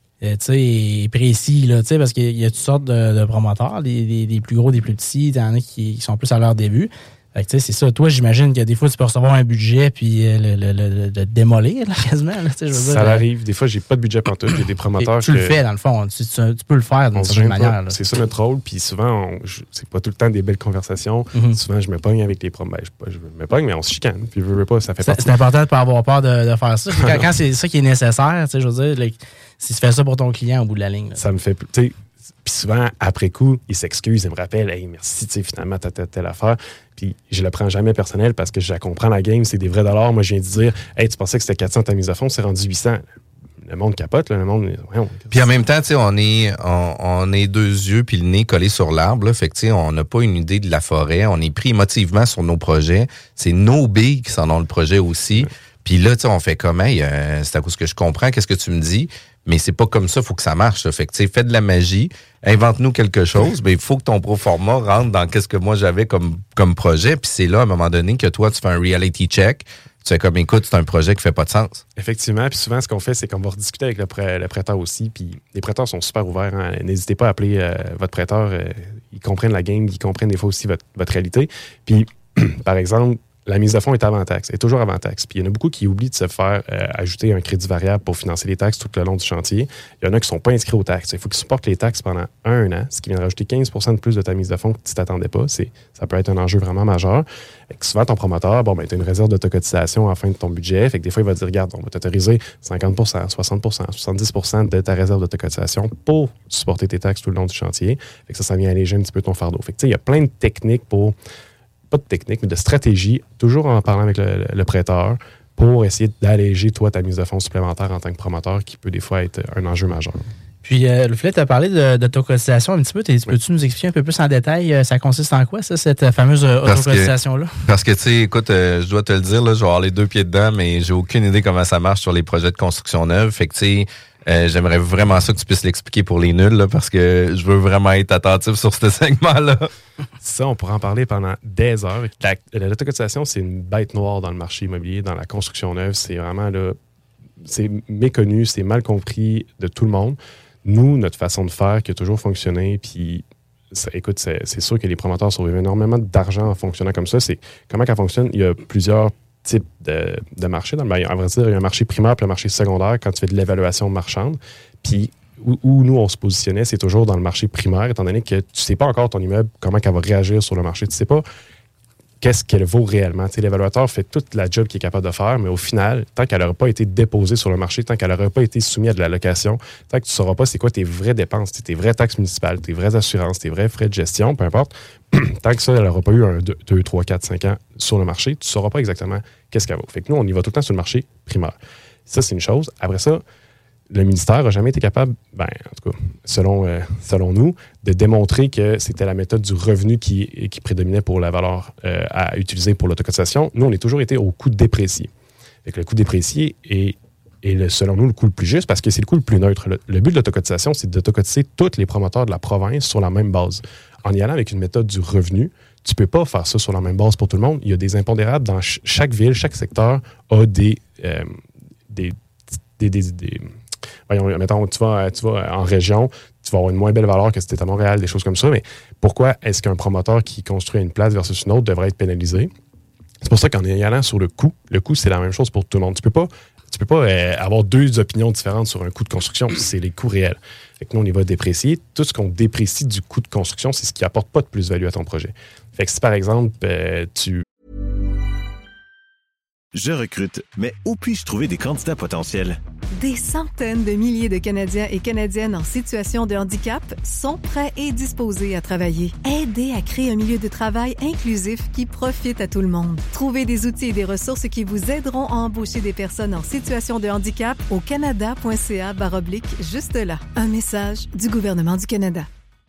et précis, là, parce qu'il y a toutes sortes de promoteurs, des plus gros, des plus petits, il y en a qui sont plus à leur début. Fait que, c'est ça. Toi, j'imagine que des fois, tu peux recevoir un budget puis le démolir, là, quasiment. Là, je veux dire, ça arrive. Des fois, j'ai pas de budget pantoute. J'ai des promoteurs tu le fais, dans le fond. Tu peux le faire d'une certaine manière. Là. C'est ça notre rôle. Puis souvent, c'est pas tout le temps des belles conversations. Mm-hmm. Souvent, je me pogne avec les promoteurs. Je me pogne, mais on se chicane. Puis, je veux pas, ça fait partie. C'est important de pas avoir peur de faire ça. Quand c'est ça qui est nécessaire, je veux dire, si tu fais ça pour ton client au bout de la ligne. Là. Ça me fait... Puis souvent, après coup, il s'excuse, il me rappelle, hey, merci, finalement, t'as telle affaire. Puis je le prends jamais personnel parce que je comprends la game, c'est des vrais dollars. Moi, je viens de dire, hey, tu pensais que c'était 400 ta mise à fond, c'est rendu 800. Le monde capote, là, le monde. Puis en même temps, tu sais, on est 2 yeux puis le nez collé sur l'arbre, là. Fait que, tu sais, on n'a pas une idée de la forêt. On est pris émotivement sur nos projets. C'est nos billes qui s'en ont le projet aussi. Ouais. Puis là, tu sais, on fait comme, hey, c'est à cause que je comprends, qu'est-ce que tu me dis, mais c'est pas comme ça, il faut que ça marche. Ça. Fait que, tu sais, fais de la magie, invente-nous quelque chose, mais il faut que ton proforma rentre dans qu'est-ce que moi j'avais comme projet, puis c'est là, à un moment donné, que toi, tu fais un reality check, tu fais comme, écoute, c'est un projet qui fait pas de sens. Effectivement, puis souvent, ce qu'on fait, c'est qu'on va rediscuter avec le prêteur aussi, puis les prêteurs sont super ouverts. Hein. N'hésitez pas à appeler votre prêteur, ils comprennent la game, ils comprennent des fois aussi votre réalité. Puis, par exemple, la mise de fonds est avant taxe, est toujours avant taxe. Puis il y en a beaucoup qui oublient de se faire ajouter un crédit variable pour financer les taxes tout le long du chantier. Il y en a qui ne sont pas inscrits aux taxes. Il faut qu'ils supportent les taxes pendant un an, ce qui vient rajouter 15 % de plus de ta mise de fonds que tu ne t'attendais pas. Ça peut être un enjeu vraiment majeur. Souvent, ton promoteur, tu as une réserve d'autocotisation à la fin de ton budget. Fait que des fois, il va te dire, regarde, on va t'autoriser 50 %, 60 %, 70 % de ta réserve d'autocotisation pour supporter tes taxes tout le long du chantier. Fait que ça vient alléger un petit peu ton fardeau. Fait que, il y a plein de techniques pas de technique, mais de stratégie, toujours en parlant avec le prêteur, pour essayer d'alléger, toi, ta mise de fonds supplémentaire en tant que promoteur, qui peut des fois être un enjeu majeur. Puis, le Filet, tu as parlé d'autocotisation un petit peu. Peux-tu nous expliquer un peu plus en détail, ça consiste en quoi, ça, cette fameuse autocotisation-là? Parce que, tu sais, écoute, je dois te le dire, là, je vais avoir les deux pieds dedans, mais j'ai aucune idée comment ça marche sur les projets de construction neuve. Fait que, tu sais, j'aimerais vraiment ça que tu puisses l'expliquer pour les nuls, là, parce que je veux vraiment être attentif sur ce segment-là. Ça, on pourra en parler pendant des heures. L'autocotisation, c'est une bête noire dans le marché immobilier, dans la construction neuve. C'est vraiment, là, c'est méconnu, c'est mal compris de tout le monde. Nous, notre façon de faire qui a toujours fonctionné, puis écoute, c'est sûr que les promoteurs sauvent énormément d'argent en fonctionnant comme ça. C'est comment ça fonctionne? Il y a plusieurs types de marchés. À vrai dire, il y a un marché primaire et un marché secondaire quand tu fais de l'évaluation marchande. Puis où nous, on se positionnait, c'est toujours dans le marché primaire, étant donné que tu ne sais pas encore ton immeuble, comment elle va réagir sur le marché. Tu ne sais pas qu'est-ce qu'elle vaut réellement. Tu sais, l'évaluateur fait toute la job qu'il est capable de faire, mais au final, tant qu'elle n'aura pas été déposée sur le marché, tant qu'elle n'aura pas été soumise à de la location, tant que tu ne sauras pas c'est quoi tes vraies dépenses, tes vraies taxes municipales, tes vraies assurances, tes vrais frais de gestion, peu importe, tant que ça, elle n'aura pas eu 2, 3, 4, 5 ans sur le marché, tu ne sauras pas exactement qu'est-ce qu'elle vaut. Fait que nous, on y va tout le temps sur le marché primaire. Ça, c'est une chose. Après ça, le ministère n'a jamais été capable, en tout cas, selon nous, de démontrer que c'était la méthode du revenu qui prédominait pour la valeur à utiliser pour l'autocotisation. Nous, on a toujours été au coût déprécié. Et que le coût déprécié est selon nous, le coût le plus juste parce que c'est le coût le plus neutre. Le but de l'autocotisation, c'est d'autocotiser tous les promoteurs de la province sur la même base. En y allant avec une méthode du revenu, tu ne peux pas faire ça sur la même base pour tout le monde. Il y a des impondérables dans chaque ville, chaque secteur a mettons, tu vas en région, tu vas avoir une moins belle valeur que si tu étais à Montréal, des choses comme ça, mais pourquoi est-ce qu'un promoteur qui construit une place versus une autre devrait être pénalisé? C'est pour ça qu'en y allant sur le coût, c'est la même chose pour tout le monde. Tu peux pas avoir deux opinions différentes sur un coût de construction, c'est les coûts réels. Fait que nous, on y va déprécier. Tout ce qu'on déprécie du coût de construction, c'est ce qui apporte pas de plus-value à ton projet. Fait que si, par exemple, Je recrute, mais où puis-je trouver des candidats potentiels? Des centaines de milliers de Canadiens et Canadiennes en situation de handicap sont prêts et disposés à travailler. Aidez à créer un milieu de travail inclusif qui profite à tout le monde. Trouvez des outils et des ressources qui vous aideront à embaucher des personnes en situation de handicap au canada.ca/juste là. Un message du gouvernement du Canada.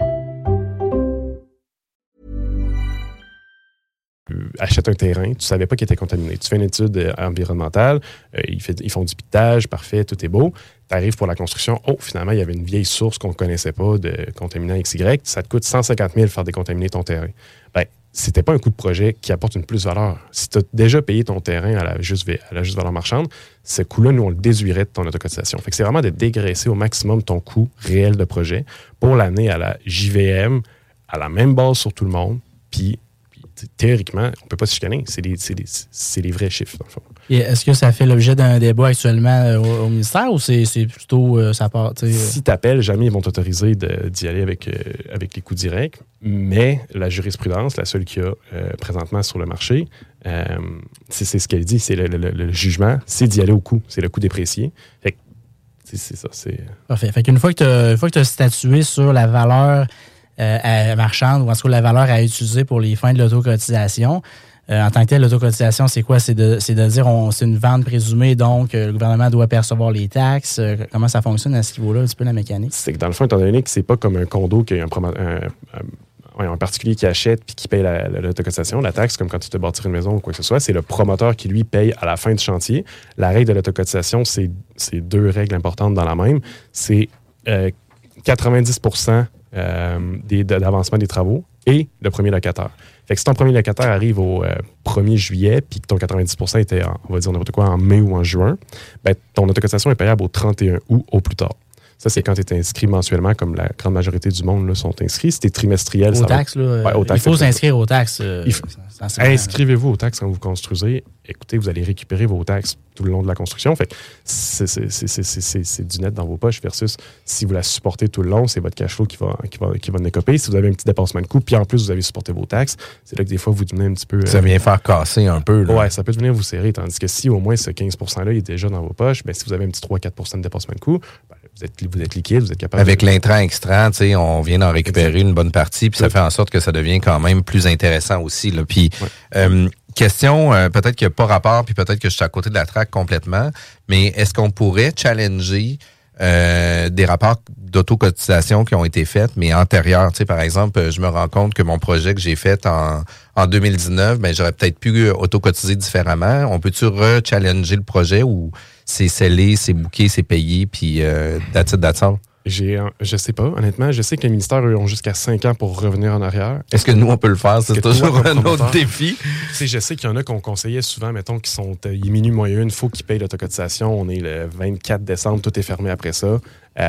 Achète un terrain, tu savais pas qu'il était contaminé. Tu fais une étude environnementale, ils font du pitage, parfait, tout est beau. Tu arrives pour la construction, finalement, il y avait une vieille source qu'on ne connaissait pas de contaminant XY. Ça te coûte 150 000 faire décontaminer ton terrain. C'était pas un coût de projet qui apporte une plus-valeur. Si tu as déjà payé ton terrain à la juste valeur marchande, ce coût-là, nous, on le déduirait de ton autocotisation. Fait que c'est vraiment de dégraisser au maximum ton coût réel de projet pour l'amener à la JVM, à la même base sur tout le monde, puis théoriquement, on ne peut pas se chicaner. C'est les vrais chiffres, dans le fond. Et est-ce que ça fait l'objet d'un débat actuellement au ministère ou c'est plutôt ça part? Si tu appelles, jamais ils vont t'autoriser d'y aller avec les coûts directs. Mais la jurisprudence, la seule qu'il y a présentement sur le marché, c'est ce qu'elle dit, c'est le jugement, c'est d'y aller au coût. C'est le coût déprécié. Fait que, c'est ça. Parfait. Fait qu'une fois que tu as statué sur la valeur marchande ou en tout cas la valeur à utiliser pour les fins de l'autocotisation. En tant que tel, l'autocotisation, c'est quoi? C'est de dire c'est une vente présumée, donc le gouvernement doit percevoir les taxes. Comment ça fonctionne à ce niveau-là, un petit peu la mécanique? C'est que dans le fond, étant donné que c'est pas comme un condo qui a un particulier qui achète puis qui paye l'autocotisation, la taxe, comme quand tu te bâtis une maison ou quoi que ce soit, c'est le promoteur qui, lui, paye à la fin du chantier. La règle de l'autocotisation, c'est deux règles importantes dans la même. C'est 90% d'avancement des travaux et le premier locataire. Fait que si ton premier locataire arrive au 1er juillet puis que ton 90% était, on va dire n'importe quoi, en mai ou en juin, ben, ton autocotisation est payable au 31 août au plus tard. Ça, c'est quand tu es inscrit mensuellement, comme la grande majorité du monde là, sont inscrits. Si tu es trimestriel, aux taxes, il faut s'inscrire aux taxes. Inscrivez-vous aux taxes quand vous construisez. Écoutez, vous allez récupérer vos taxes tout le long de la construction. Fait que c'est du net dans vos poches versus si vous la supportez tout le long, c'est votre cash flow qui va décoper. Si vous avez un petit dépassement de coût, puis en plus, vous avez supporté vos taxes, c'est là que des fois, vous devenez un petit peu... Ça vient faire casser un peu. Là. Ouais, ça peut venir vous serrer. Tandis que si au moins ce 15%-là est déjà dans vos poches, ben, si vous avez un petit 3-4% de dépassement de coût, ben, vous êtes liquide, vous êtes capable... Avec l'intrant-extrant, on vient d'en récupérer une bonne partie, puis ça fait en sorte que ça devient quand même plus intéressant aussi. Là. Puis, question, peut-être qu'il n'y a pas rapport, puis peut-être que je suis à côté de la traque complètement, mais est-ce qu'on pourrait challenger des rapports d'autocotisation qui ont été faits, mais antérieurs? Par exemple, je me rends compte que mon projet que j'ai fait en 2019, ben, j'aurais peut-être pu autocotiser différemment. On peut-tu re-challenger le projet ou c'est scellé, c'est booké, c'est payé, puis that's it? Je sais pas, honnêtement. Je sais que les ministères, eux, ont jusqu'à 5 ans pour revenir en arrière. Est-ce que nous, on peut le faire? C'est toujours un autre défi. Je sais qu'il y en a qu'on conseillait souvent, mettons, qui sont minuit moins une, il faut qu'ils payent l'autocotisation. On est le 24 décembre, tout est fermé après ça.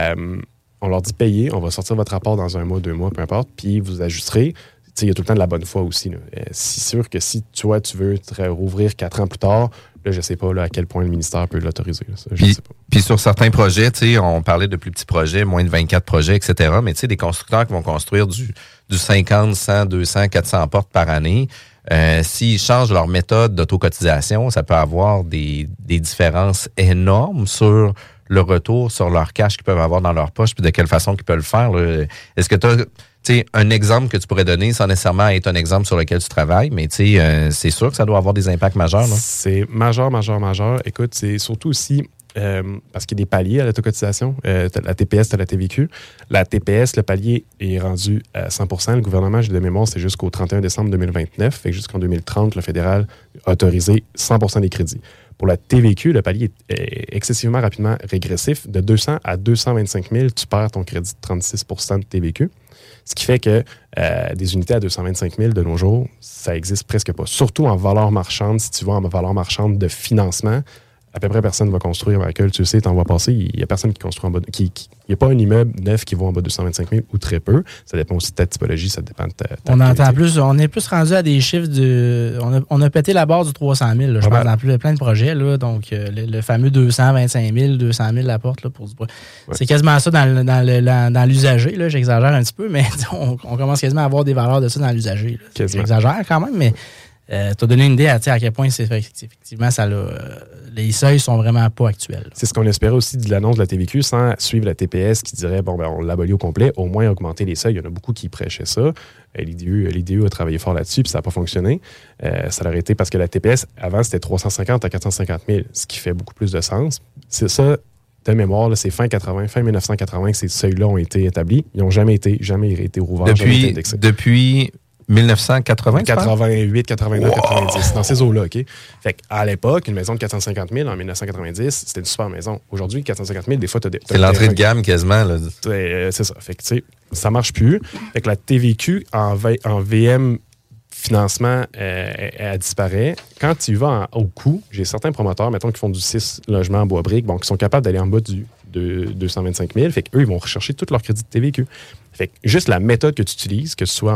On leur dit payer, on va sortir votre rapport dans 1 mois, 2 mois, peu importe, puis vous ajusterez. Il y a tout le temps de la bonne foi aussi. C'est sûr que si toi, tu veux te rouvrir 4 ans plus tard, là, je ne sais pas là, à quel point le ministère peut l'autoriser. Puis sur certains projets, on parlait de plus petits projets, moins de 24 projets, etc. Mais des constructeurs qui vont construire du 50, 100, 200, 400 portes par année, s'ils changent leur méthode d'autocotisation, ça peut avoir des différences énormes sur le retour sur leur cash qu'ils peuvent avoir dans leur poche, puis de quelle façon ils peuvent le faire. Là. Est-ce que tu as un exemple que tu pourrais donner sans nécessairement être un exemple sur lequel tu travailles, mais c'est sûr que ça doit avoir des impacts majeurs. Là. C'est majeur. Écoute, c'est surtout aussi parce qu'il y a des paliers à l'autocotisation. T'as la TPS, t'as la TVQ. La TPS, le palier est rendu à 100%. Le gouvernement, j'ai de mémoire, c'est jusqu'au 31 décembre 2029. Fait que jusqu'en 2030, le fédéral a autorisé 100% des crédits. Pour la TVQ, le palier est excessivement rapidement régressif. De 200 à 225 000, tu perds ton crédit de 36% de TVQ. Ce qui fait que des unités à 225 000 de nos jours, ça n'existe presque pas. Surtout en valeur marchande, si tu vas en valeur marchande de financement, à peu près personne ne va construire. Michael, tu le sais, t'en vas passer. Il n'y a personne qui construit en bas. Il n'y a pas un immeuble neuf qui vaut en bas de 225 000 ou très peu. Ça dépend aussi de ta typologie, ça dépend de ta on entend plus, on est plus rendu à des chiffres de. On a pété la barre du 300 000, là, je pense, dans plein de projets. Là, donc, le fameux 225 000, 200 000 la porte. Là, c'est quasiment ça dans l'usager. Là, j'exagère un petit peu, mais on commence quasiment à avoir des valeurs de ça dans l'usager. J'exagère quand même, mais. Tu as donné une idée à quel point effectivement les seuils sont vraiment pas actuels. C'est ce qu'on espérait aussi de l'annonce de la TVQ sans suivre la TPS qui dirait on l'abolit au complet, au moins augmenter les seuils. Il y en a beaucoup qui prêchaient ça. L'IDU a travaillé fort là-dessus puis ça n'a pas fonctionné. Ça l'a arrêté parce que la TPS, avant, c'était 350 à 450 000, ce qui fait beaucoup plus de sens. C'est ça. De mémoire, là, c'est fin 1980 que ces seuils-là ont été établis. Ils n'ont jamais été rouverts, jamais été indexés. Depuis 1980, 88, 89, 90, dans ces eaux-là, OK? Fait qu'à l'époque, une maison de 450 000 en 1990, c'était une super maison. Aujourd'hui, 450 000, des fois, c'est l'entrée de gamme quasiment, là. C'est ça. Fait que, tu sais, ça marche plus. Fait que la TVQ en VM financement, elle disparaît. Quand tu vas au coût, j'ai certains promoteurs, mettons, qui font du 6 logements en bois-brique, qui sont capables d'aller en bas de 225 000. Fait qu'eux, ils vont rechercher tout leur crédit de TVQ. Fait que juste la méthode que tu utilises, que ce soit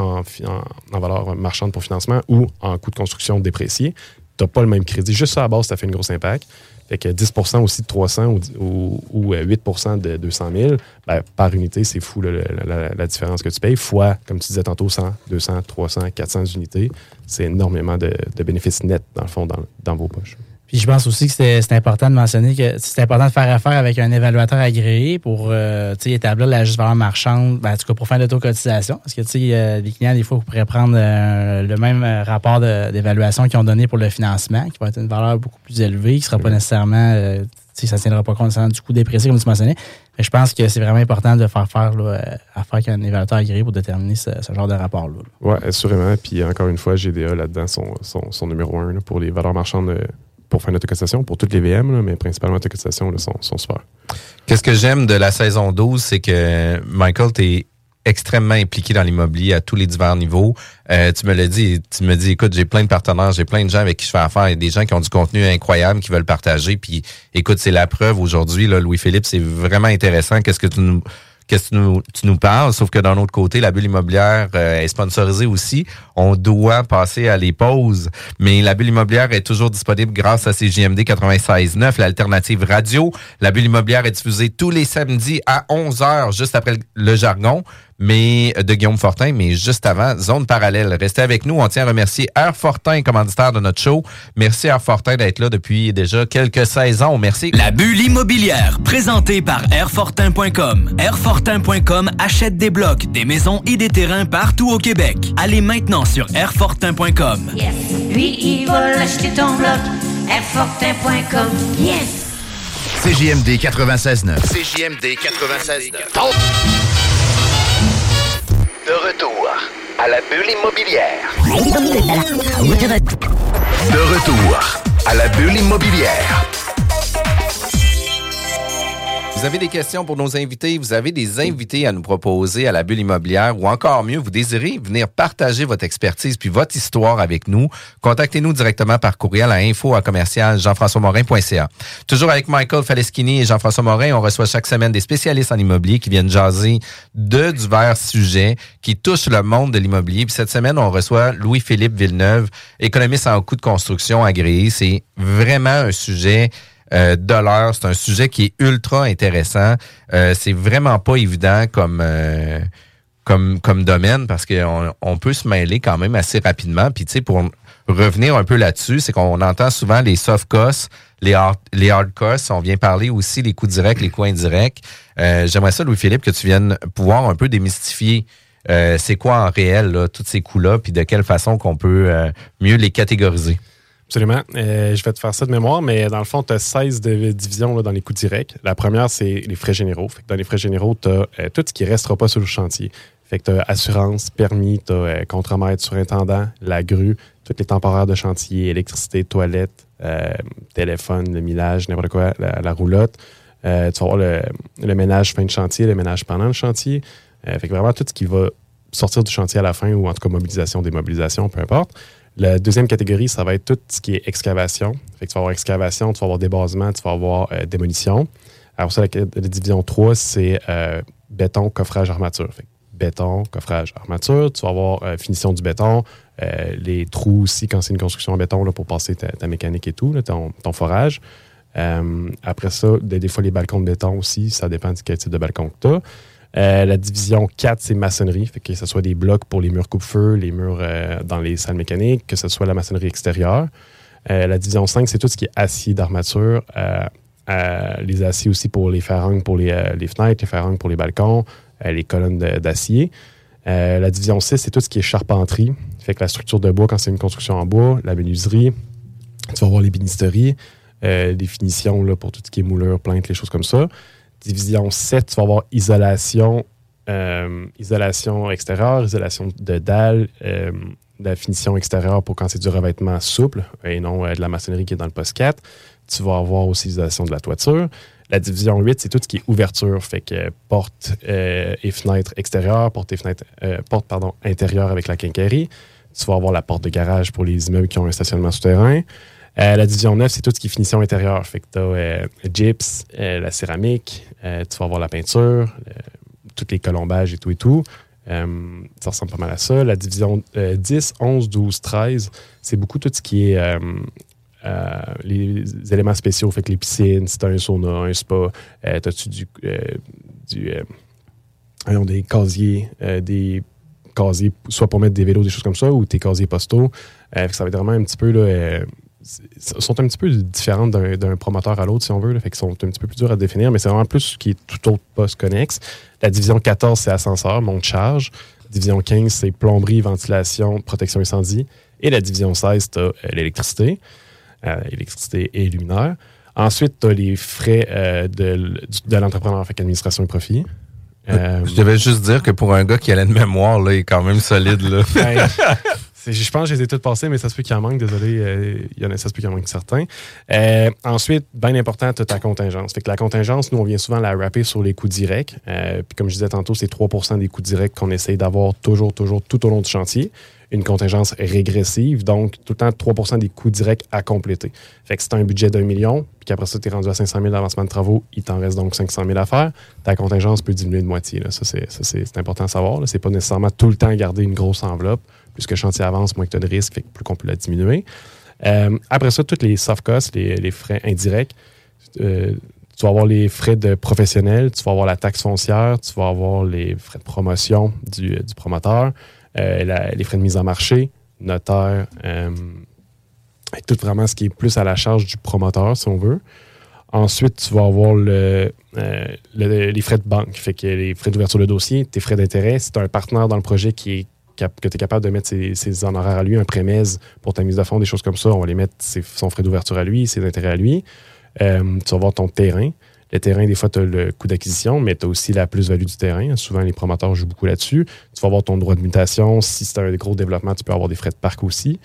en valeur marchande pour financement ou en coût de construction déprécié, tu n'as pas le même crédit. Juste ça, à la base, ça fait une grosse impact. Fait que 10 aussi de 300 ou 8 de 200 000, ben, par unité, c'est fou la différence que tu payes. Fois, comme tu disais tantôt, 100, 200, 300, 400 unités. C'est énormément de bénéfices nets, dans le fond, dans vos poches. Puis je pense aussi que c'est important de mentionner que c'est important de faire affaire avec un évaluateur agréé pour établir la juste valeur marchande, en tout cas pour faire l'autocotisation. Parce que les clients, des fois, vous pourrez prendre le même rapport d'évaluation qu'ils ont donné pour le financement, qui va être une valeur beaucoup plus élevée, qui ne sera pas nécessairement ça ne tiendra pas compte du coût des précis, comme tu mentionnais. Mais je pense que c'est vraiment important de faire affaire qu'un évaluateur agréé pour déterminer ce genre de rapport-là. Oui, assurément. Puis encore une fois, GDA là-dedans sont numéro 1 là, pour les valeurs marchandes pour faire notre cotisation, pour toutes les VM, là, mais principalement notre cotisation sont super. Qu'est-ce que j'aime de la saison 12, c'est que Michael, t'es extrêmement impliqué dans l'immobilier à tous les divers niveaux. Tu me l'as dit, tu me dis, écoute, j'ai plein de partenaires, j'ai plein de gens avec qui je fais affaire, il y a des gens qui ont du contenu incroyable, qui veulent partager, puis écoute, c'est la preuve aujourd'hui, là, Louis-Philippe, c'est vraiment intéressant, qu'est-ce que tu nous parles, sauf que d'un autre côté, la bulle immobilière est sponsorisée aussi. On doit passer à les pauses, mais la bulle immobilière est toujours disponible grâce à CJMD 96.9, l'alternative radio. La bulle immobilière est diffusée tous les samedis à 11h, juste après le jargon, mais de Guillaume Fortin, mais juste avant, Zone Parallèle. Restez avec nous. On tient à remercier Air Fortin, commanditaire de notre show. Merci Air Fortin d'être là depuis déjà quelques saisons. Merci. La bulle immobilière, présentée par Airfortin.com. Airfortin.com achète des blocs, des maisons et des terrains partout au Québec. Allez maintenant sur Airfortin.com. Yes. Lui, il va l'acheter ton bloc. Airfortin.com. Yes. CJMD 96.9. CJMD 96.9. De retour à la bulle immobilière. De retour à la bulle immobilière. Vous avez des questions pour nos invités, vous avez des invités à nous proposer à la bulle immobilière ou encore mieux, vous désirez venir partager votre expertise puis votre histoire avec nous, contactez-nous directement par courriel à info@jean-françois-morin.ca. Toujours avec Michael Faleschini et Jean-François Morin, on reçoit chaque semaine des spécialistes en immobilier qui viennent jaser de divers sujets qui touchent le monde de l'immobilier. Puis cette semaine, on reçoit Louis-Philippe Villeneuve, économiste en coûts de construction agréé. C'est vraiment un sujet de l'heure. C'est un sujet qui est ultra intéressant. C'est vraiment pas évident comme domaine parce qu'on peut se mêler quand même assez rapidement. Puis tu sais, pour revenir un peu là-dessus, c'est qu'on entend souvent les soft costs, les hard costs. On vient parler aussi des coûts directs, les coûts indirects. J'aimerais ça, Louis-Philippe, que tu viennes pouvoir un peu démystifier c'est quoi en réel, là, tous ces coûts-là, puis de quelle façon qu'on peut mieux les catégoriser. Absolument. Je vais te faire ça de mémoire, mais dans le fond, tu as 16 divisions là, dans les coûts directs. La première, c'est les frais généraux. Fait que dans les frais généraux, tu as tout ce qui ne restera pas sur le chantier. Fait que tu as assurance, permis, tu as contremaître, surintendant, la grue, tous les temporaires de chantier, électricité, toilette, téléphone, le millage, n'importe quoi, la roulotte. Tu vas avoir le ménage fin de chantier, le ménage pendant le chantier. Fait que vraiment tout ce qui va sortir du chantier à la fin ou en tout cas mobilisation, démobilisation, peu importe. La deuxième catégorie, ça va être tout ce qui est excavation. Fait que tu vas avoir excavation, tu vas avoir débasement, tu vas avoir démolition. Alors ça, la division 3, c'est béton, coffrage, armature. Fait que béton, coffrage, armature. Tu vas avoir finition du béton, les trous aussi quand c'est une construction en béton là, pour passer ta mécanique et tout, là, ton forage. Après ça, des fois les balcons de béton aussi, ça dépend du quel type de balcon que tu as. La division 4, c'est maçonnerie, fait que ce soit des blocs pour les murs coupe-feu, les murs dans les salles mécaniques, que ce soit la maçonnerie extérieure. La division 5, c'est tout ce qui est acier d'armature, les aciers aussi pour les ferrangles pour les fenêtres, les ferrangles pour les balcons, les colonnes d'acier. La division 6, c'est tout ce qui est charpenterie, fait que la structure de bois quand c'est une construction en bois, la menuiserie, tu vas avoir les bénisteries, des finitions là, pour tout ce qui est moulure, plainte, les choses comme ça. Division 7, tu vas avoir isolation extérieure, isolation de dalles, de la finition extérieure pour quand c'est du revêtement souple et non de la maçonnerie qui est dans le poste 4. Tu vas avoir aussi l'isolation de la toiture. La division 8, c'est tout ce qui est ouverture, fait que porte et fenêtres extérieures, porte intérieure avec la quincaillerie. Tu vas avoir la porte de garage pour les immeubles qui ont un stationnement souterrain. La division 9, c'est tout ce qui est finition intérieure. Fait que tu as gyps, la céramique, tu vas avoir la peinture, tous les colombages et tout et tout. Ça ressemble pas mal à ça. La division 10, 11, 12, 13, c'est beaucoup tout ce qui est les éléments spéciaux. Fait que les piscines, si tu as un sauna, un spa, t'as-tu des casiers, soit pour mettre des vélos, des choses comme ça, ou tes casiers postaux. Fait que ça va être vraiment un petit peu... là, sont un petit peu différentes d'un promoteur à l'autre, si on veut. Là, fait qu'ils sont un petit peu plus durs à définir, mais c'est vraiment plus ce qui est tout autre poste connexe. La division 14, c'est ascenseur, monte-charge. Division 15, c'est plomberie, ventilation, protection incendie. Et la division 16, tu as l'électricité. Électricité et luminaire. Ensuite, tu as les frais de l'entrepreneur, fait qu'administration et profit. Je devais juste dire que pour un gars qui a la mémoire, là, il est quand même solide. Là. Je pense que je les ai toutes passées, mais ça se peut qu'il en manque. Désolé, ça se peut qu'il en manque certains. Ensuite, bien important, tu as ta contingence. Fait que la contingence, nous, on vient souvent la rapper sur les coûts directs. Puis comme je disais tantôt, c'est 3% des coûts directs qu'on essaye d'avoir toujours, tout au long du chantier. Une contingence régressive, donc tout le temps 3% des coûts directs à compléter. Fait que si tu as un budget d'1 million, puis qu'après ça, tu es rendu à 500 000 d'avancement de travaux, il t'en reste donc 500 000 à faire, ta contingence peut diminuer de moitié. Là. Ça, c'est important à savoir. Ce n'est pas nécessairement tout le temps garder une grosse enveloppe. Plus que le chantier avance, moins que tu as de risques, fait que plus qu'on peut la diminuer. Après ça, tous les soft costs, les frais indirects, tu vas avoir les frais de professionnels, tu vas avoir la taxe foncière, tu vas avoir les frais de promotion du promoteur, les frais de mise en marché, notaire, et tout vraiment ce qui est plus à la charge du promoteur, si on veut. Ensuite, tu vas avoir les frais de banque, fait que les frais d'ouverture de dossier, tes frais d'intérêt. Si tu as un partenaire dans le projet que tu es capable de mettre ses honoraires à lui, un prémèse pour ta mise de fonds, des choses comme ça, on va les mettre son frais d'ouverture à lui, ses intérêts à lui. Tu vas avoir ton terrain. Le terrain, des fois, tu as le coût d'acquisition, mais tu as aussi la plus-value du terrain. Souvent, les promoteurs jouent beaucoup là-dessus. Tu vas avoir ton droit de mutation. Si c'est un gros développement, tu peux avoir des frais de parc aussi.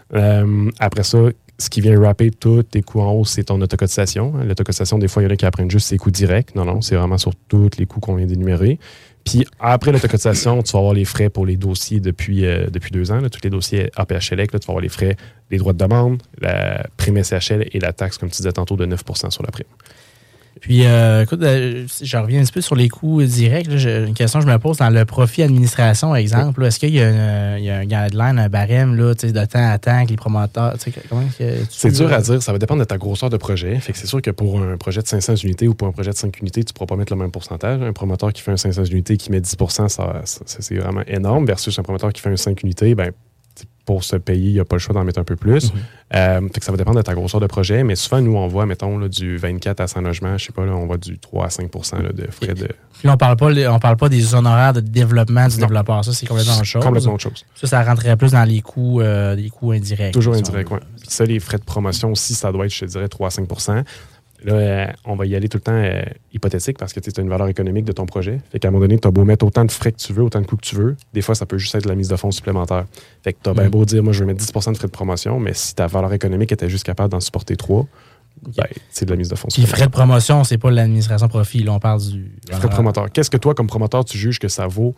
Après ça, ce qui vient rapper tous tes coûts en hausse, c'est ton autocotisation. L'autocotisation, des fois, il y en a qui apprennent juste ses coûts directs. Non, c'est vraiment sur tous les coûts qu'on vient d'énumérer. Puis après l'autocotisation, tu vas avoir les frais pour les dossiers depuis 2 ans. Là, tous les dossiers APHLEC, là, tu vas avoir les frais, les droits de demande, la prime SCHL et la taxe, comme tu disais tantôt, de 9% sur la prime. Puis, écoute, je reviens un petit peu sur les coûts directs. Là. Une question que je me pose dans le profit administration, exemple. Là, est-ce qu'il y a un guideline, un barème là, de temps à temps que les promoteurs... C'est dur à dire. Ça va dépendre de ta grosseur de projet. Fait que c'est sûr que pour un projet de 500 unités ou pour un projet de 5 unités, tu ne pourras pas mettre le même pourcentage. Un promoteur qui fait un 500 unités qui met 10%, ça c'est vraiment énorme. Versus un promoteur qui fait un 5 unités, ben pour se payer, il n'y a pas le choix d'en mettre un peu plus. Fait que ça va dépendre de ta grosseur de projet, mais souvent, nous, on voit, mettons, là, du 24 à 100 logements, je sais pas, là, on voit du 3 à 5% là, de frais de... Puis on parle pas des honoraires de développement du développeur. Ça, c'est complètement autre chose. Complètement autre chose. Ça rentrerait plus dans les coûts indirects. Toujours indirects, oui. Puis ça, les frais de promotion aussi, ça doit être, je te dirais, 3 à 5%. Là, on va y aller tout le temps hypothétique parce que tu as une valeur économique de ton projet. Fait qu'à un moment donné, tu as beau mettre autant de frais que tu veux, autant de coûts que tu veux. Des fois, ça peut juste être de la mise de fonds supplémentaire. Fait que tu as bien beau dire, moi, je vais mettre 10% de frais de promotion, mais si ta valeur économique était juste capable d'en supporter 3, ben, c'est de la mise de fonds supplémentaire. Les frais de promotion, c'est pas l'administration profit. Là, on parle du... Frais de promoteur. Qu'est-ce que toi, comme promoteur, tu juges que ça vaut